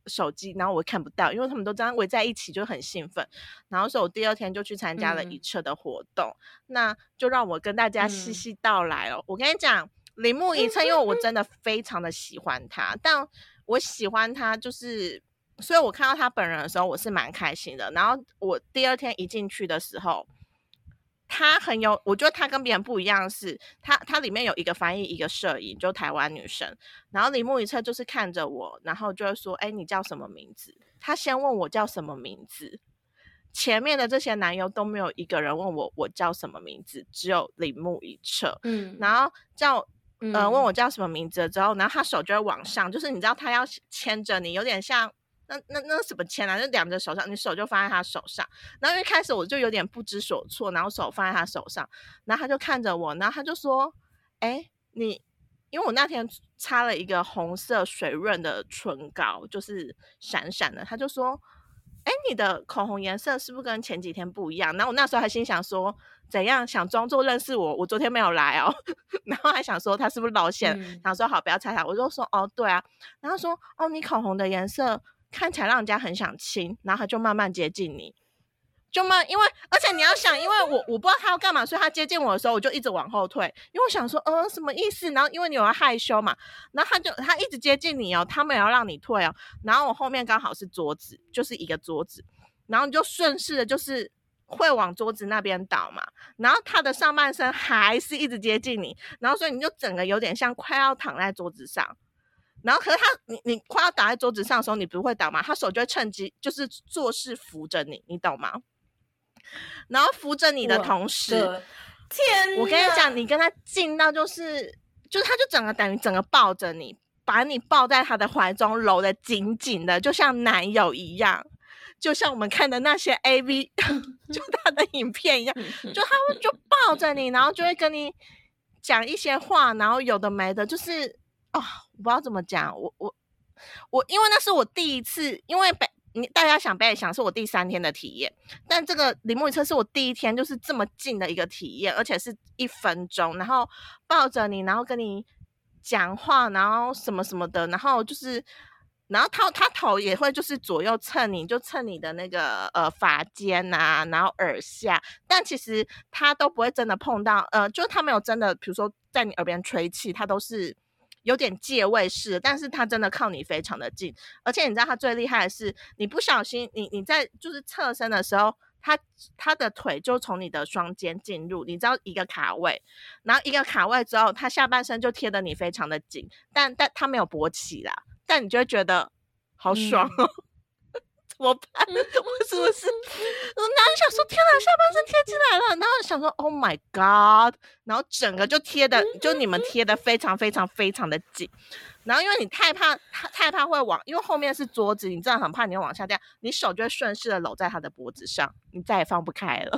手机，然后我看不到，因为他们都这样围在一起就很兴奋，然后所以我第二天就去参加了一测的活动、嗯、那就让我跟大家细细道来哦、嗯、我跟你讲铃木一测，因为我真的非常的喜欢他，但我喜欢他就是所以我看到他本人的时候我是蛮开心的，然后我第二天一进去的时候他很有，我觉得他跟别人不一样的是他他里面有一个翻译一个摄影，就台湾女生，然后铃木一测就是看着我，然后就会说哎你叫什么名字，他先问我叫什么名字，前面的这些男优都没有一个人问我我叫什么名字，只有铃木一测，嗯，然后叫呃问我叫什么名字之后，然后他手就会往上，就是你知道他要牵着你，有点像那那那什么牵啊，就两只手上，你手就放在他手上，然后一开始我就有点不知所措，然后手放在他手上，然后他就看着我，然后他就说哎你，因为我那天擦了一个红色水润的唇膏，就是闪闪的，他就说哎你的口红颜色是不是跟前几天不一样，然后我那时候还心想说怎样，想装作认识我，我昨天没有来哦然后还想说他是不是露馅、嗯、然后说好不要猜他，我就说哦对啊，然后说哦你口红的颜色看起来让人家很想亲，然后他就慢慢接近你，就慢，因为而且你要想，因为我我不知道他要干嘛，所以他接近我的时候我就一直往后退，因为我想说呃什么意思，然后因为你有要害羞嘛，然后他就他一直接近你哦，他没有让你退哦，然后我后面刚好是桌子，就是一个桌子，然后你就顺势的就是会往桌子那边倒嘛，然后他的上半身还是一直接近你，然后所以你就整个有点像快要躺在桌子上，然后可是他你你快要打在桌子上的时候你不会倒吗，他手就会趁机就是做事扶着你，你懂吗，然后扶着你的同时天哪， 我跟你讲你跟他近到就是就是他就整个等于整个抱着你，把你抱在他的怀中搂得紧紧的，就像男友一样，就像我们看的那些 A V 就他的影片一样，就他会就抱着你，然后就会跟你讲一些话，然后有的没的，就是哦，我不知道怎么讲，我我我因为那是我第一次，因为北你大家想北想是我第三天的体验，但这个铃木一测是我第一天就是这么近的一个体验，而且是一分钟，然后抱着你，然后跟你讲话，然后什么什么的，然后就是然后他他头也会就是左右蹭你，就蹭你的那个呃发尖啊，然后耳下，但其实他都不会真的碰到，呃，就他没有真的比如说在你耳边吹气，他都是有点借位式，但是他真的靠你非常的近，而且你知道他最厉害的是，你不小心你你在就是侧身的时候，他他的腿就从你的双肩进入，你知道一个卡位，然后一个卡位之后，他下半身就贴得你非常的紧，但但他没有勃起啦，但你就会觉得好爽哦、嗯怎么办？我是不是？然后想说天哪，下半身贴进来了，然后想说 Oh my God， 然后整个就贴的，就你们贴的非常非常非常的紧。然后因为你太怕太怕会往，因为后面是桌子，你真的很怕你会往下掉，你手就会顺势的搂在他的脖子上，你再也放不开了。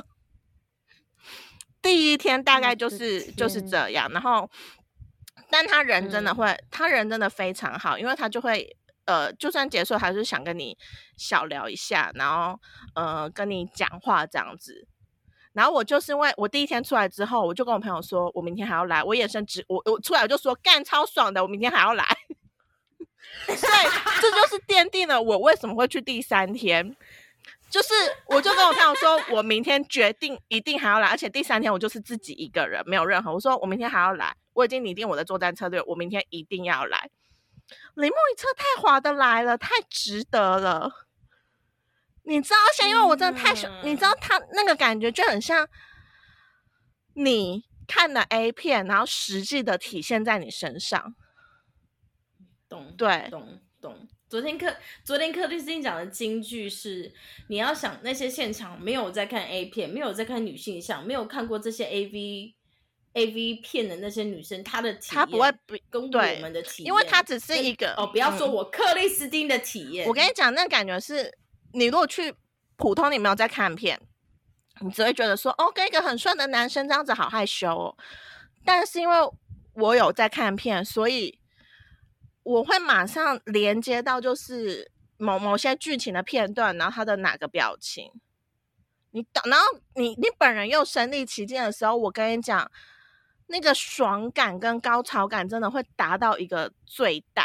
第一天大概就是就是这样，然后但他人真的会、嗯、他人真的非常好，因为他就会呃，就算结束还是想跟你小聊一下，然后呃跟你讲话这样子。然后我就是因为我第一天出来之后，我就跟我朋友说我明天还要来，我眼神直我我出来我就说干超爽的，我明天还要来。所以这就是奠定了我为什么会去第三天，就是我就跟我朋友说我明天决定一定还要来，而且第三天我就是自己一个人没有任何，我说我明天还要来，我已经拟定我的作战策略，我明天一定要来。铃木一测太划得来了，太值得了，你知道，而且因为我真的太喜、嗯、你知道他那个感觉就很像你看了 A 片然后实际的体现在你身上， 懂对懂懂。昨天克昨天克里斯汀讲的金句是，你要想那些现场没有在看 A 片，没有在看女性向，没有看过这些 A V A V 片的那些女生，她的体验，她不会跟我们的体验， 因为她只是一个哦，不要说我克里斯汀的体验、 嗯，我跟你讲，那感觉是你如果去普通，你没有在看片，你只会觉得说，哦，跟一个很帅的男生这样子好害羞哦。但是因为我有在看片，所以我会马上连接到就是某某些剧情的片段，然后他的哪个表情，你然后你你本人又身临其境的时候，我跟你讲。那个爽感跟高潮感真的会达到一个最大，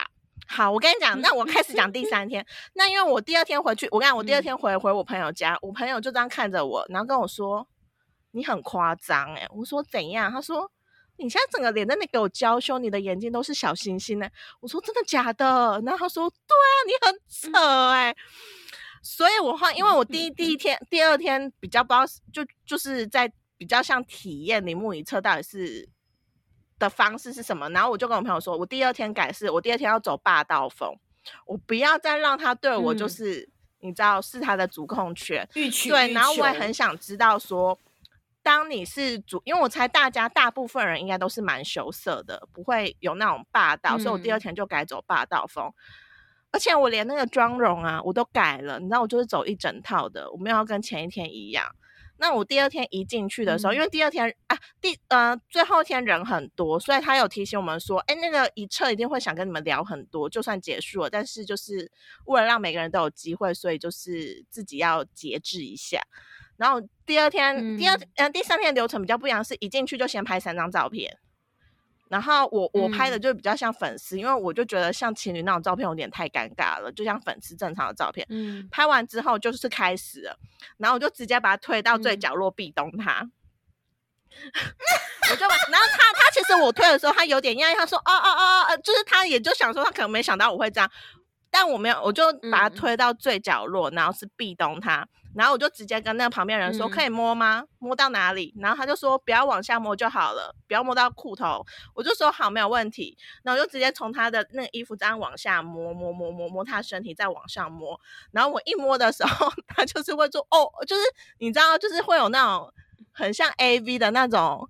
好，我跟你讲，那我开始讲第三天。那因为我第二天回去，我跟你讲，我第二天回、嗯、回我朋友家，我朋友就这样看着我，然后跟我说：“你很夸张。”哎，我说怎样？他说：“你现在整个脸在那给我娇羞，你的眼睛都是小星星呢。”我说：“真的假的？”然后他说：“对啊，你很扯哎、欸。”所以我话，因为我第一第一天、第二天比较不知道，就就是在比较像体验铃木一侧到底是。的方式是什么？然后我就跟我朋友说，我第二天改是，我第二天要走霸道风，我不要再让他对我就是，嗯、你知道是他的主控权，对。然后我也很想知道说，当你是主，因为我猜大家大部分人应该都是蛮羞涩的，不会有那种霸道，嗯、所以我第二天就改走霸道风。而且我连那个妆容啊，我都改了，你知道，我就是走一整套的，我没有要跟前一天一样。那我第二天一进去的时候，嗯、因为第二天啊，第呃最后一天人很多，所以他有提醒我们说，哎，那个一撤一定会想跟你们聊很多，就算结束了，但是就是为了让每个人都有机会，所以就是自己要节制一下。然后第二天，嗯、第二呃第三天的流程比较不一样，是一进去就先拍三张照片。然后我我拍的就比较像粉丝，嗯、因为我就觉得像情侣那种照片有点太尴尬了，就像粉丝正常的照片。嗯，拍完之后就是开始了，然后我就直接把他推到最角落壁咚他。嗯、我就把，然后他他其实我推的时候他有点讶异，他说哦哦哦，就是他也就想说他可能没想到我会这样，但我没有，我就把他推到最角落，嗯、然后是壁咚他。然后我就直接跟那个旁边人说，嗯、可以摸吗？摸到哪里？然后他就说不要往下摸就好了，不要摸到裤头。我就说好，没有问题。然后我就直接从他的那个衣服这样往下摸摸摸摸摸他身体，再往上摸。然后我一摸的时候，他就是会说哦，就是你知道，就是会有那种很像 A V 的那种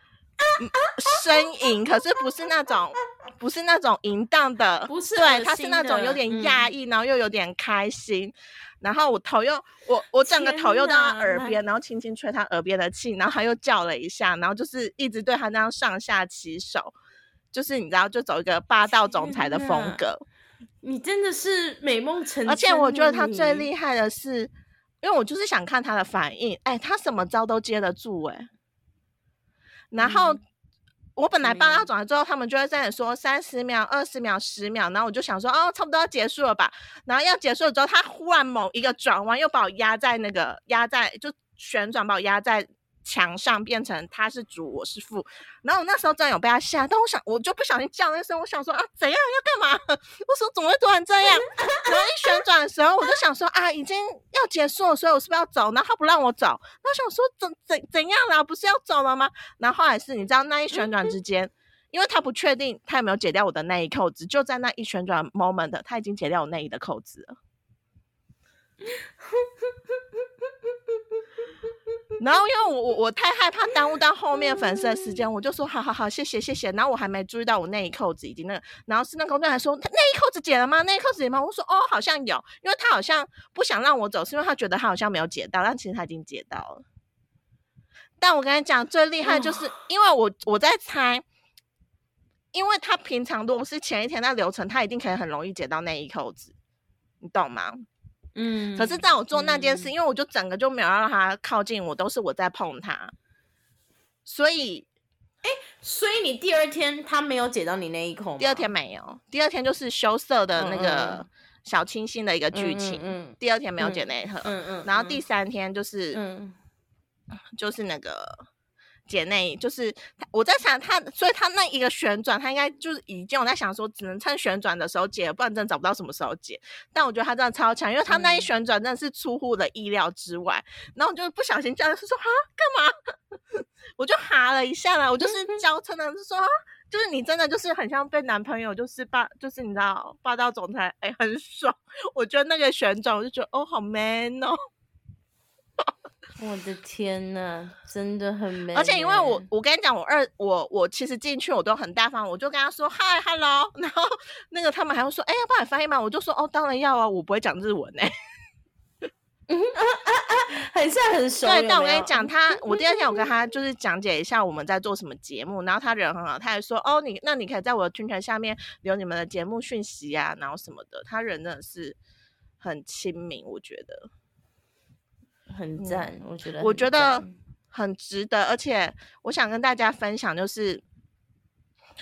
呻吟，可是不是那种不是那种淫荡的， 不是对，他是那种有点讶异，嗯、然后又有点开心。然后我头又我我整个头又到他耳边，然后轻轻吹他耳边的气，然后他又叫了一下，然后就是一直对他那样上下其手，就是你知道，就走一个霸道总裁的风格。 你真的是美梦成真。 而且我觉得他最厉害的是，因为我就是想看他的反应，哎，他什么招都接得住，哎。然后。嗯我本来霸道总裁之后，他们就会在那里说三十秒、二十秒、十秒，然后我就想说，哦，差不多要结束了吧。然后要结束了之后，他忽然某一个转弯，又把我压在那个压在就旋转，把我压在墙上，变成他是主，我是副。然后我那时候真的有被他吓，但我想我就不小心叫那声，我想说啊，怎样要干嘛？我说怎么会突然这样？然后一旋转的时候，我就想说啊，已经要结束了，所以我是不是要走？然后他不让我走，然后想说怎怎怎样啦？不是要走了吗？然后后来是你知道那一旋转之间，因为他不确定他有没有解掉我的内衣扣子，就在那一旋转 moment， 他已经解掉我内衣的扣子了。然后因为我我我太害怕耽误到后面粉丝的时间，我就说好好好，谢谢谢谢。然后我还没注意到我内衣扣子已经那个，然后是那个工作人员说内衣扣子解了吗？内衣扣子解了吗？我说哦好像有，因为他好像不想让我走，是因为他觉得他好像没有解到，但其实他已经解到了。但我跟你讲最厉害就是，因为我我在猜，因为他平常如果是前一天的流程，他一定可以很容易解到内衣扣子，你懂吗？嗯，可是在我做那件事，嗯、因为我就整个就没有让他靠近我，都是我在碰他，所以， 哎，所以你第二天他没有解到你那一口吗？ 第二天没有，第二天就是羞涩的那个小清新的一个剧情，嗯嗯嗯、第二天没有解那一盒，嗯嗯，然后第三天就是，嗯，就是那个。姐内就是我在想他，所以他那一个旋转，他应该就是已经我在想说，只能趁旋转的时候解，不然真的找不到什么时候解。但我觉得他真的超强，因为他那一旋转真的是出乎我的意料之外。嗯、然后我就不小心叫他说哈干嘛？我就哈了一下啦，我就是娇嗔的就说哈，就是你真的就是很像被男朋友就是霸，就是你知道霸道总裁，哎，很爽。我觉得那个旋转，我就觉得哦好 man 哦。 我的天哪，真的很美。 而且因为我我跟你讲，我二我我其实进去我都很大方，我就跟他说嗨 hello， 然后那个他们还会说哎、欸、要帮你翻译吗？我就说哦当然要啊，我不会讲日文哎、 欸，很像很熟。 对，但我跟你讲，他我第二天我跟他就是讲解一下我们在做什么节目，然后他人很好，他还说哦你那你可以在我的圈圈下面留你们的节目讯息啊，然后什么的，他人真的是很亲民，我觉得。 很赞、嗯，我觉得我觉得很值得，而且我想跟大家分享，就是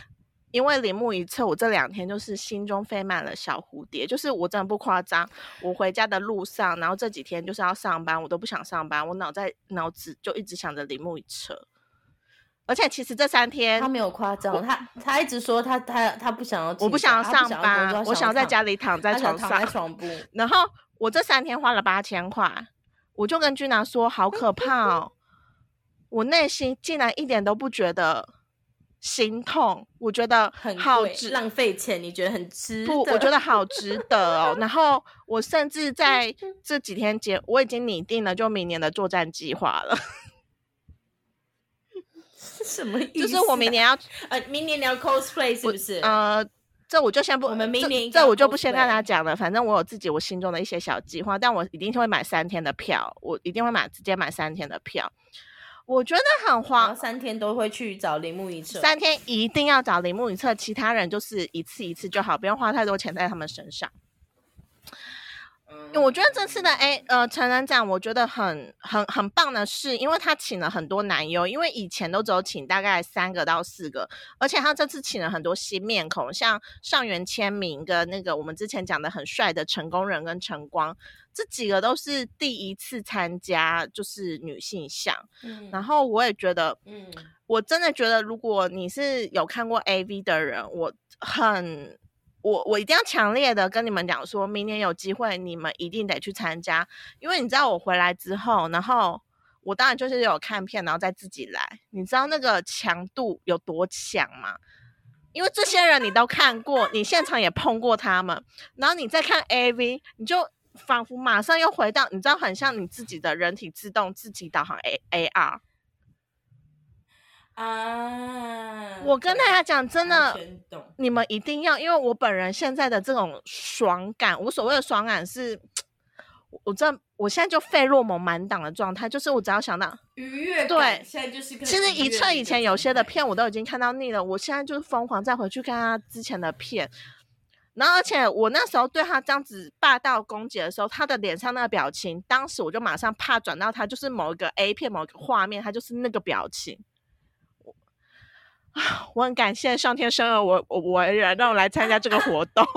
因为铃木一侧，我这两天就是心中飞满了小蝴蝶，就是我真的不夸张，我回家的路上，然后这几天就是要上班，我都不想上班，我脑在脑子就一直想着铃木一侧。而且其实这三天他没有夸张，他他一直说他他他不想要， 我不想要上班，我想要在家里躺在床上， 躺在床铺。 然后我这三天花了八千块，我就跟君娜说好可怕哦，我内心竟然一点都不觉得心痛，我觉得好值， 浪费钱，你觉得很值得？ 不，我觉得好值得哦。然后我甚至在这几天结，我已经拟定了就明年的作战计划了。 什么意思、啊？ 就是我明年要呃，明年你要 cosplay 是不是？ 呃，这我就先不， 我们明年这, 这我就不先跟大家讲了。反正我有自己我心中的一些小计划，但我一定会买三天的票，我一定会买直接买三天的票。我觉得很划， 三天都会去找铃木一侧， 三天一定要找铃木一侧，其他人就是一次一次就好，不用花太多钱在他们身上。我觉得这次的 A 呃成人展，我觉得很很很棒的是，因为他请了很多男优，因为以前都只有请大概三个到四个，而且他这次请了很多新面孔，像上原千明跟那个我们之前讲的很帅的成功人跟晨光，这几个都是第一次参加就是女性向、嗯、然后我也觉得嗯，我真的觉得如果你是有看过 A V 的人，我很我我一定要强烈的跟你们讲说，明年有机会你们一定得去参加，因为你知道我回来之后，然后我当然就是有看片然后再自己来，你知道那个强度有多强吗？因为这些人你都看过，你现场也碰过他们，然后你再看 A V， 你就仿佛马上又回到，你知道很像你自己的人体自动自己导航 A R 啊，我跟大家讲，真的，你们一定要，因为我本人现在的这种爽感，我所谓的爽感是，我这我现在就费洛蒙满档的状态，就是我只要想到愉悦感， 对， 现在就是其实一侧以前有些的片我都已经看到腻了，我现在就是疯狂再回去看他之前的片，然后而且我那时候对他这样子霸道攻击的时候，他的脸上那个表情，当时我就马上怕转到他就是某一个 A 片某一个画面，他就是那个表情。我很感谢上天生了我我为人，让我来参加这个活动。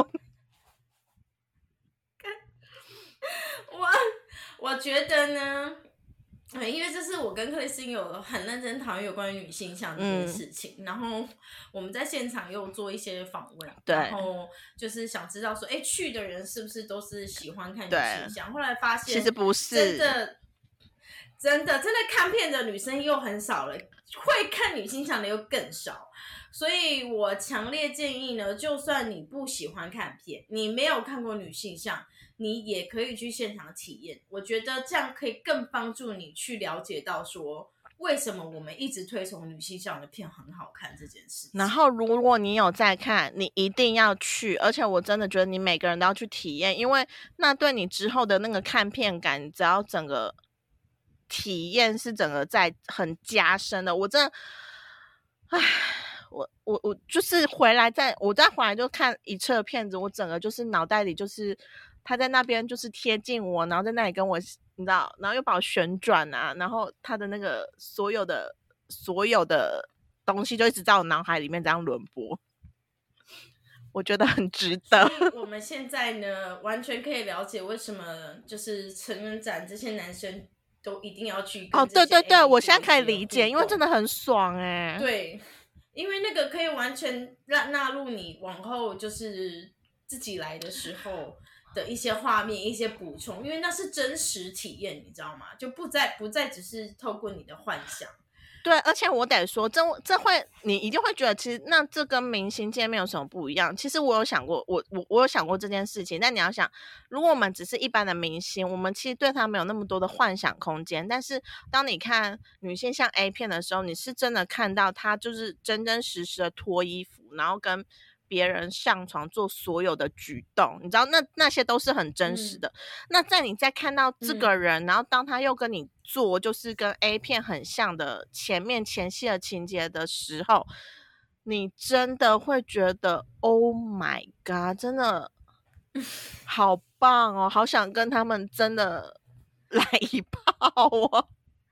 我我觉得呢，因为这是我跟克里斯汀有很认真讨论有关于女性向这件事情、嗯，然后我们在现场又做一些访问，然后就是想知道说，哎，去的人是不是都是喜欢看女性向？后来发现其实不是， 真的真的真的看片的女生又很少了。会看女性向的又更少，所以我强烈建议呢，就算你不喜欢看片，你没有看过女性向，你也可以去现场体验。我觉得这样可以更帮助你去了解到说，为什么我们一直推崇女性向的片很好看这件事情。 然后如果你有在看，你一定要去，而且我真的觉得你每个人都要去体验，因为那对你之后的那个看片感，只要整个体验是整个在很加深的。我真的唉我我我就是回来再我再回来就看一侧片子，我整个就是脑袋里就是他在那边就是贴近我，然后在那里跟我你知道，然后又把我旋转啊，然后他的那个所有的所有的东西就一直在我脑海里面这样轮播，我觉得很值得。 我们现在呢完全可以了解为什么就是成人展这些男生都一定要去哦，对对对，我现在可以理解，因为真的很爽哎、欸。 对，因为那个可以完全纳纳入你往后就是自己来的时候的一些画面、一些补充，因为那是真实体验，你知道吗？就不再不再只是透过你的幻想。 对，而且我得说，这这会你一定会觉得，其实那这跟明星见面有什么不一样？其实我有想过，我我我有想过这件事情。但你要想，如果我们只是一般的明星，我们其实对他没有那么多的幻想空间。但是当你看女性像 A 片的时候，你是真的看到他就是真真实实的脱衣服，然后跟别人上床做所有的举动，你知道那那些都是很真实的、嗯、那在你在看到这个人、嗯、然后当他又跟你做就是跟 A 片很像的前面前戏的情节的时候，你真的会觉得 Oh my god 真的好棒哦，好想跟他们真的来一炮哦。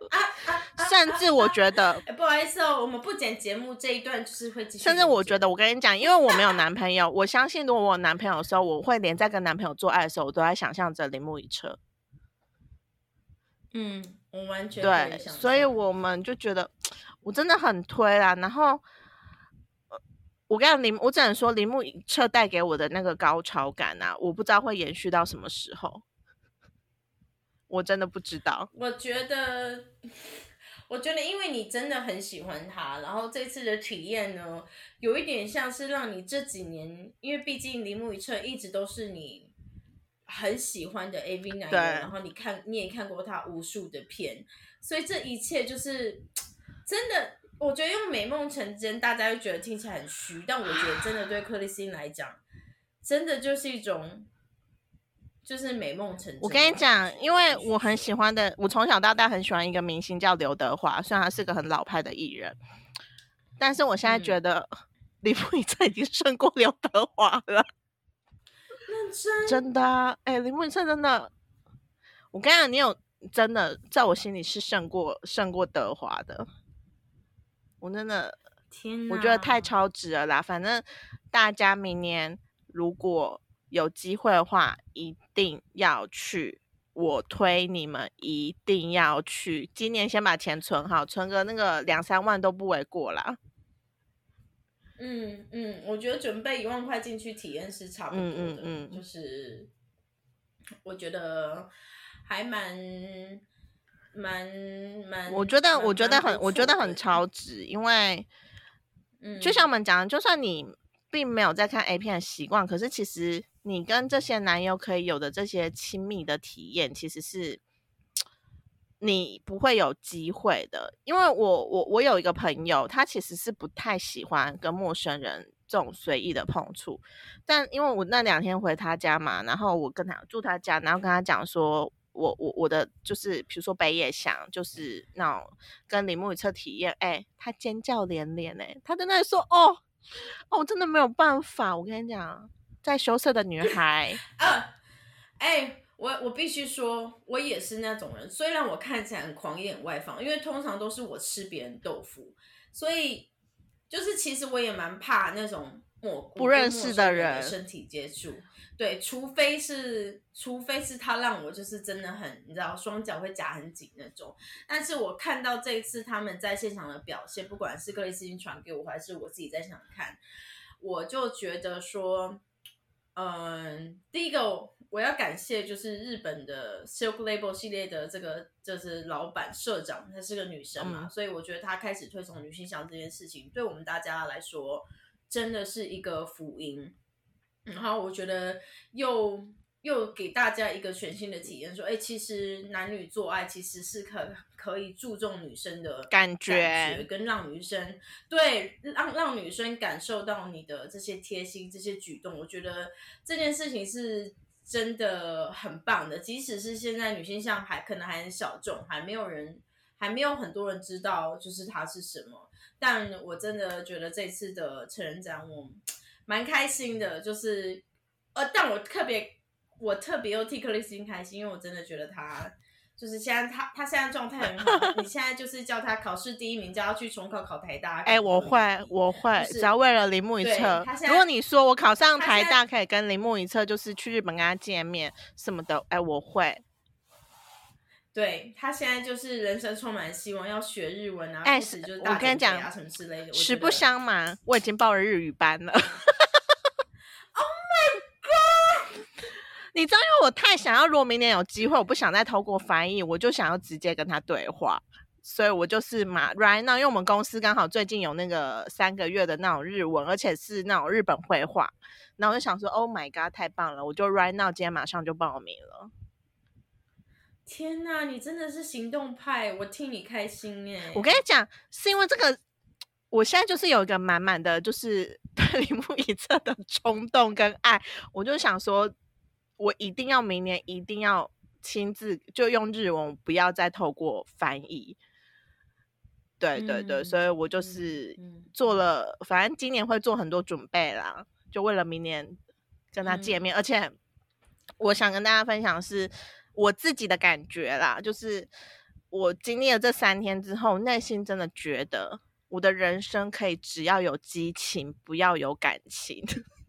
啊啊啊、 甚至我觉得、 欸、不好意思哦，我们不剪节目这一段就是会继续。 甚至我觉得我跟你讲，因为我没有男朋友我相信如果我有男朋友的时候，我会连在跟男朋友做爱的时候我都在想象着铃木一彻。 嗯，我完全对，所以我们就觉得我真的很推啦。然后我跟你我只能说铃木一彻带给我的那个高潮感啊，我不知道会延续到什么时候，我真的不知道。 我觉得我觉得因为你真的很喜欢他，然后这次的体验呢有一点像是让你这几年，因为毕竟铃木一彻一直都是你很喜欢的 A V 男优，然后你看你也看过他无数的片，所以这一切就是真的，我觉得用美梦成真大家会觉得听起来很虚，但我觉得真的对克里斯汀来讲真的就是一种就是美梦成真。 我跟你讲，因为我很喜欢的，我从小到大很喜欢一个明星叫刘德华，虽然他是个很老派的艺人，但是我现在觉得铃木一彻已经胜过刘德华了。 认真真的啊，哎、欸，铃木一彻真的，我跟你讲，你有真的在我心里是胜过胜过德华的，我真的， 天哪， 我觉得太超值了啦。反正大家明年如果有机会的话，一定要去，我推你们一定要去。今年先把钱存好，存个那个两三万都不为过啦。 嗯嗯，我觉得准备一万块进去体验是差不多的， 嗯嗯嗯， 就是我觉得还蛮蛮蛮， 我觉得我觉得很我觉得很超值，因为， 嗯， 就像我们讲，就算你并没有在看 A 片的习惯，可是其实你跟这些男友可以有的这些亲密的体验，其实是你不会有机会的。因为我我我有一个朋友，他其实是不太喜欢跟陌生人这种随意的碰触，但因为我那两天回他家嘛，然后我跟他住他家，然后跟他讲说我我我的就是比如说北野祥就是那种跟铃木一彻体验，哎、欸，他尖叫连连，哎，他在那里说哦哦，我真的没有办法，我跟你讲，在羞涩的女孩啊，哎、欸。我我必须说，我也是那种人。虽然我看起来很狂野、很外放，因为通常都是我吃别人豆腐，所以就是其实我也蛮怕那种陌不认识的人的身体接触。对，除非是除非是他让我就是真的很，你知道，双脚会夹很紧那种。但是我看到这一次他们在现场的表现，不管是克里斯汀传给我，还是我自己在现场看，我就觉得说，嗯，第一个。我要感谢就是日本的 Silk Label 系列的这个就是老板社长，她是个女生嘛、嗯，所以我觉得她开始推崇女性向这件事情，对我们大家来说真的是一个福音。然后我觉得又又给大家一个全新的体验，说，哎，其实男女做爱其实是可可以注重女生的感觉， 感觉跟让女生对让让女生感受到你的这些贴心这些举动，我觉得这件事情是。真的很棒的，即使是现在女性向还可能还很小众，还没有人，还没有很多人知道就是它是什么。但我真的觉得这次的成人展我蛮开心的，就是呃，但我特别我特别又替克里斯汀开心，因为我真的觉得他就是现在他他现在状态很好，你现在就是叫他考试第一名，叫他去重考考台大。 哎、欸，我会我会、就是，只要为了铃木一彻。如果你说我考上台大可以跟铃木一彻就是去日本跟他见面什么的，哎、欸，我会。 对，他现在就是人生充满希望，要学日文啊， 哎、 欸，就是我跟你讲， 什么之类的。 实不相瞒，我已经报了日语班了。 Oh my god！ 你知道，因为我太想要，如果明年有机会，我不想再透过翻译，我就想要直接跟他对话，所以我就是马 right now， 因为我们公司刚好最近有那个三个月的那种日文，而且是那种日本绘画，然后我就想说 ，Oh my god， 太棒了，我就 right now 今天马上就报名了。 天哪，你真的是行动派，我替你开心耶！ 我跟你讲，是因为这个，我现在就是有一个满满的就是对铃木一彻的冲动跟爱，我就想说。我一定要明年一定要亲自就用日文，不要再透过翻译。对对对、嗯，所以我就是做了、嗯，反正今年会做很多准备啦，就为了明年跟他见面。嗯、而且我想跟大家分享的是我自己的感觉啦，就是我经历了这三天之后，内心真的觉得我的人生可以只要有激情，不要有感情。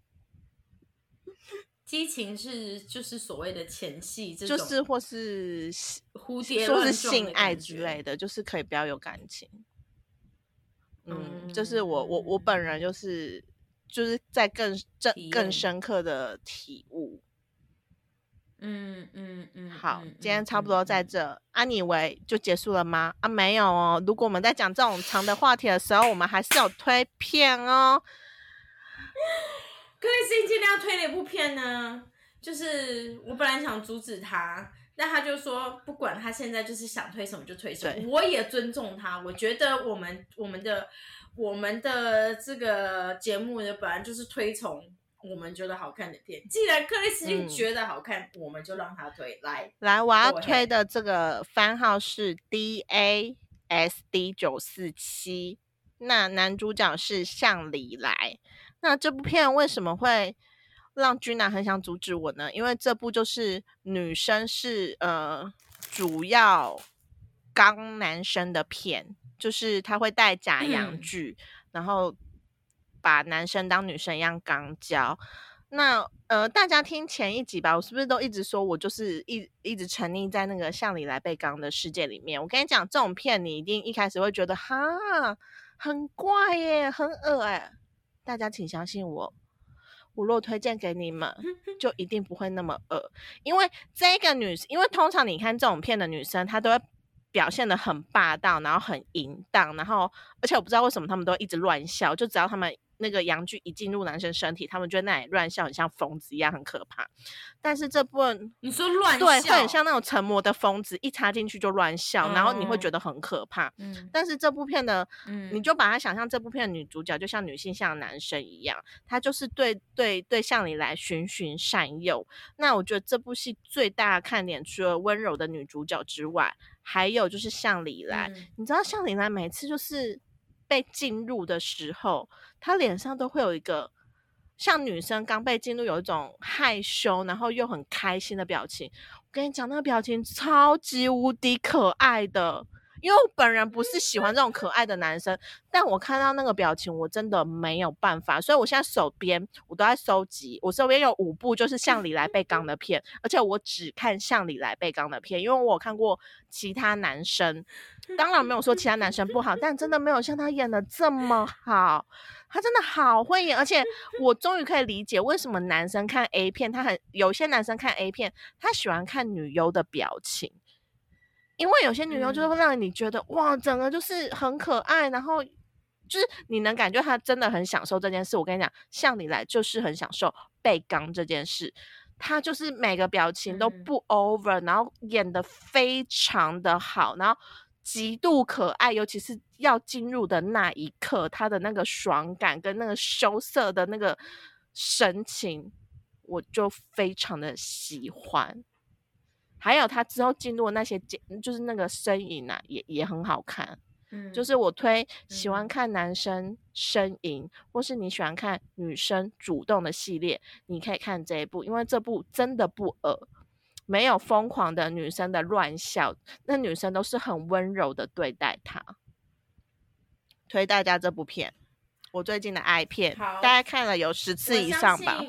激情是就是所谓的前戏这种， 就是或是蝴蝶说是乱撞性爱的感觉。 之类的，就是可以不要有感情。嗯， 嗯， 就是我我我本人就是就是在更更体验更深刻的体悟。 嗯嗯嗯， 好， 嗯今天差不多在嗯这。啊，你以为就结束了吗？啊，没有哦。如果我们在讲这种长的话题的时候，我们还是有推片哦。 克里斯汀今天要推的一部片呢，就是我本来想阻止他，但他就说不管他现在就是想推什么就推什么，我也尊重他。我觉得我们我们的我们的这个节目呢，本来就是推崇我们觉得好看的片。既然克里斯汀觉得好看，嗯、我们就让他推。来来，我要推的这个番号是 D A S D 九四七，那男主角是向里来。那这部片为什么会让君娜很想阻止我呢？因为这部就是女生是呃主要刚男生的片，就是他会带假阳具，嗯、然后把男生当女生一样刚交。那呃，大家听前一集吧，我是不是都一直说我就是一一直沉溺在那个向里来被刚的世界里面？我跟你讲，这种片你一定一开始会觉得哈很怪耶，很恶哎。大家请相信我，我若推荐给你们，就一定不会那么恶，因为这个女，因为通常你看这种片的女生，她都会表现得很霸道，然后很淫荡，然后而且我不知道为什么他们都一直乱笑，就只要他们那个阳具一进入男生身体，他们就在那里乱笑，很像疯子一样，很可怕。但是这部分你说乱笑， 对，会很像那种成魔的疯子，一插进去就乱笑， 嗯、 然后你会觉得很可怕。 嗯， 但是这部片呢， 嗯， 你就把它想象这部片的女主角就像女性像男生一样，她就是对对对向里来循循善诱。那我觉得这部戏最大的看点，除了温柔的女主角之外，还有就是向里来。嗯、你知道向里来每次就是被进入的时候，她脸上都会有一个像女生刚被进入有一种害羞然后又很开心的表情。我跟你讲，那个表情超级无敌可爱的，因为我本人不是喜欢这种可爱的男生，但我看到那个表情我真的没有办法，所以我现在手边我都在收集，我手边有五部就是向里来被刚的片，而且我只看向里来被刚的片，因为我有看过其他男生，当然没有说其他男生不好，但真的没有像他演的这么好，他真的好会演，而且我终于可以理解为什么男生看 A 片，他很有些男生看 A 片，他喜欢看女优的表情，因为有些女优就是会让你觉得、嗯、哇，整个就是很可爱，然后就是你能感觉他真的很享受这件事。我跟你讲，向里来就是很享受被刚这件事，他就是每个表情都不 over，、嗯、然后演得非常的好，然后极度可爱，尤其是要进入的那一刻，他的那个爽感跟那个羞涩的那个神情，我就非常的喜欢。还有他之后进入的那些就是那个身影啊，也也很好看。嗯，就是我推喜欢看男生呻吟、嗯、或是你喜欢看女生主动的系列，你可以看这一部，因为这部真的不恶，没有疯狂的女生的乱笑，那女生都是很温柔的对待她。推大家这部片，我最近的爱片，大概看了有十次以上吧。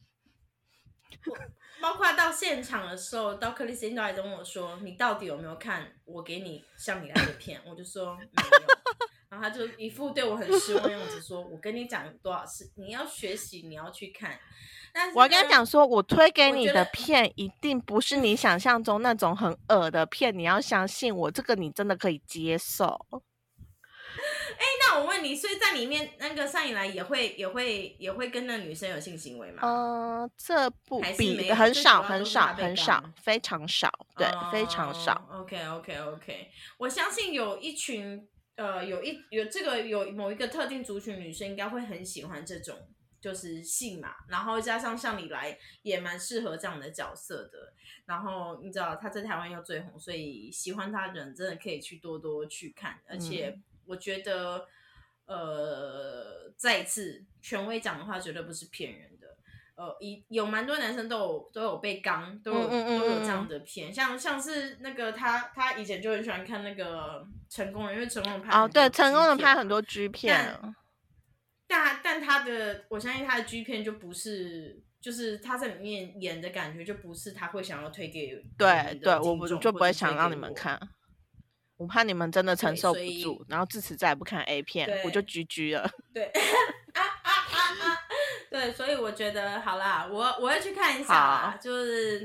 包括到现场的时候，到克里斯汀都还跟我说：“你到底有没有看我给你向你来的片？”我就说没有，然后他就一副对我很失望的样子，说：“我跟你讲多少次，你要学习，你要去看。”但是我要跟他讲说，我推给你的片一定不是你想象中那种很恶的片，你要相信我，这个你真的可以接受。 哎，那我问你，所以在里面那个向里来也会也会也会跟那女生有性行为吗？ 呃，这部比很少很少很少，非常少，对， 哦、 非常少。 OK OK OK， 我相信有一群呃有一有这个有某一个特定族群女生应该会很喜欢这种就是性嘛，然后加上向里来也蛮适合这样的角色的，然后你知道他在台湾又最红，所以喜欢他的人真的可以去多多去看，而且。嗯我觉得，呃，再一次权威讲的话绝对不是骗人的。 呃，一有蛮多男生都有都有被刚，都有嗯嗯嗯嗯都有这样的片，像像是那个他他以前就很喜欢看那个成功人，因为成功人拍哦，对，成功人拍很多 G 片， 但但但他的我相信他的 G 片就不是，就是他在里面演的感觉就不是他会想要推给对对，我不就不会想让你们看。我怕你们真的承受不住，然后自此再也不看 A 片，我就 G G 了。 对，啊啊啊啊！对，所以我觉得好啦，我我会去看一下啦。就是，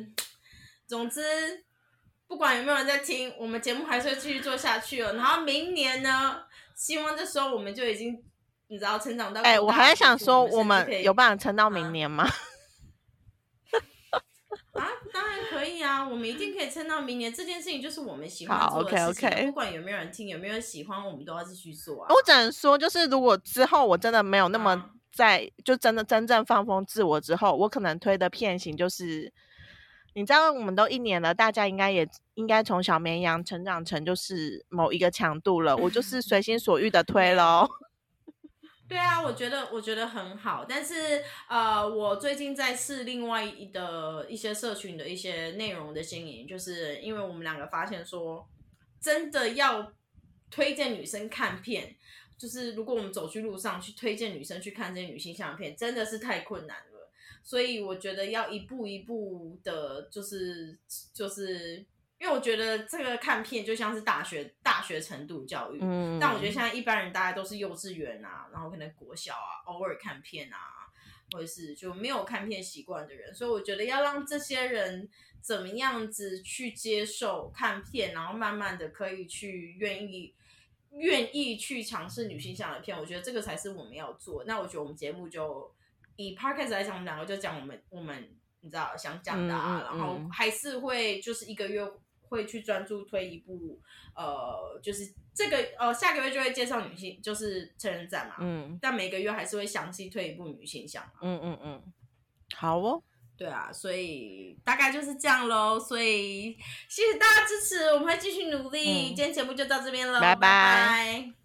总之，不管有没有人在听，我们节目还是会继续做下去哦。然后明年呢，希望这时候我们就已经你知道成长到哎、欸， 我还想说，我们有办法撑到明年吗？ 啊，当然可以啊，我们一定可以撑到明年。这件事情就是我们喜欢做的事情， okay, okay. 不管有没有人听，有没有人喜欢，我们都要继续做啊。 我只能说，就是如果之后我真的没有那么在，啊、就真的真正放风自我之后，我可能推的片型就是，你知道，我们都一年了，大家应该也应该从小绵羊成长成就是某一个强度了，我就是随心所欲的推咯。 对啊，我觉得我觉得很好，但是呃，我最近在试另外的一些社群的一些内容的经营，就是因为我们两个发现说，真的要推荐女生看片，就是如果我们走去路上去推荐女生去看这些女性向片，真的是太困难了，所以我觉得要一步一步的，就是就是。因为我觉得这个看片就像是大学大学程度教育，嗯，但我觉得现在一般人大家都是幼稚园啊，然后可能国小啊，偶尔看片啊，或者是就没有看片习惯的人，所以我觉得要让这些人怎么样子去接受看片，然后慢慢的可以去愿意愿意去尝试女性向的片，我觉得这个才是我们要做。那我觉得我们节目就以 podcast 来讲，我们两个就讲我们我们你知道想讲的啊，嗯嗯嗯，然后还是会就是一个月。会去专注推一部，呃，就是这个呃下个月就会介绍女性，就是成人展嘛，嗯，但每个月还是会详细推一部女性向嘛， 嗯嗯嗯，好哦， 对啊，所以大概就是这样咯，所以谢谢大家支持，我们会继续努力，嗯，今天节目就到这边了，拜拜。拜拜。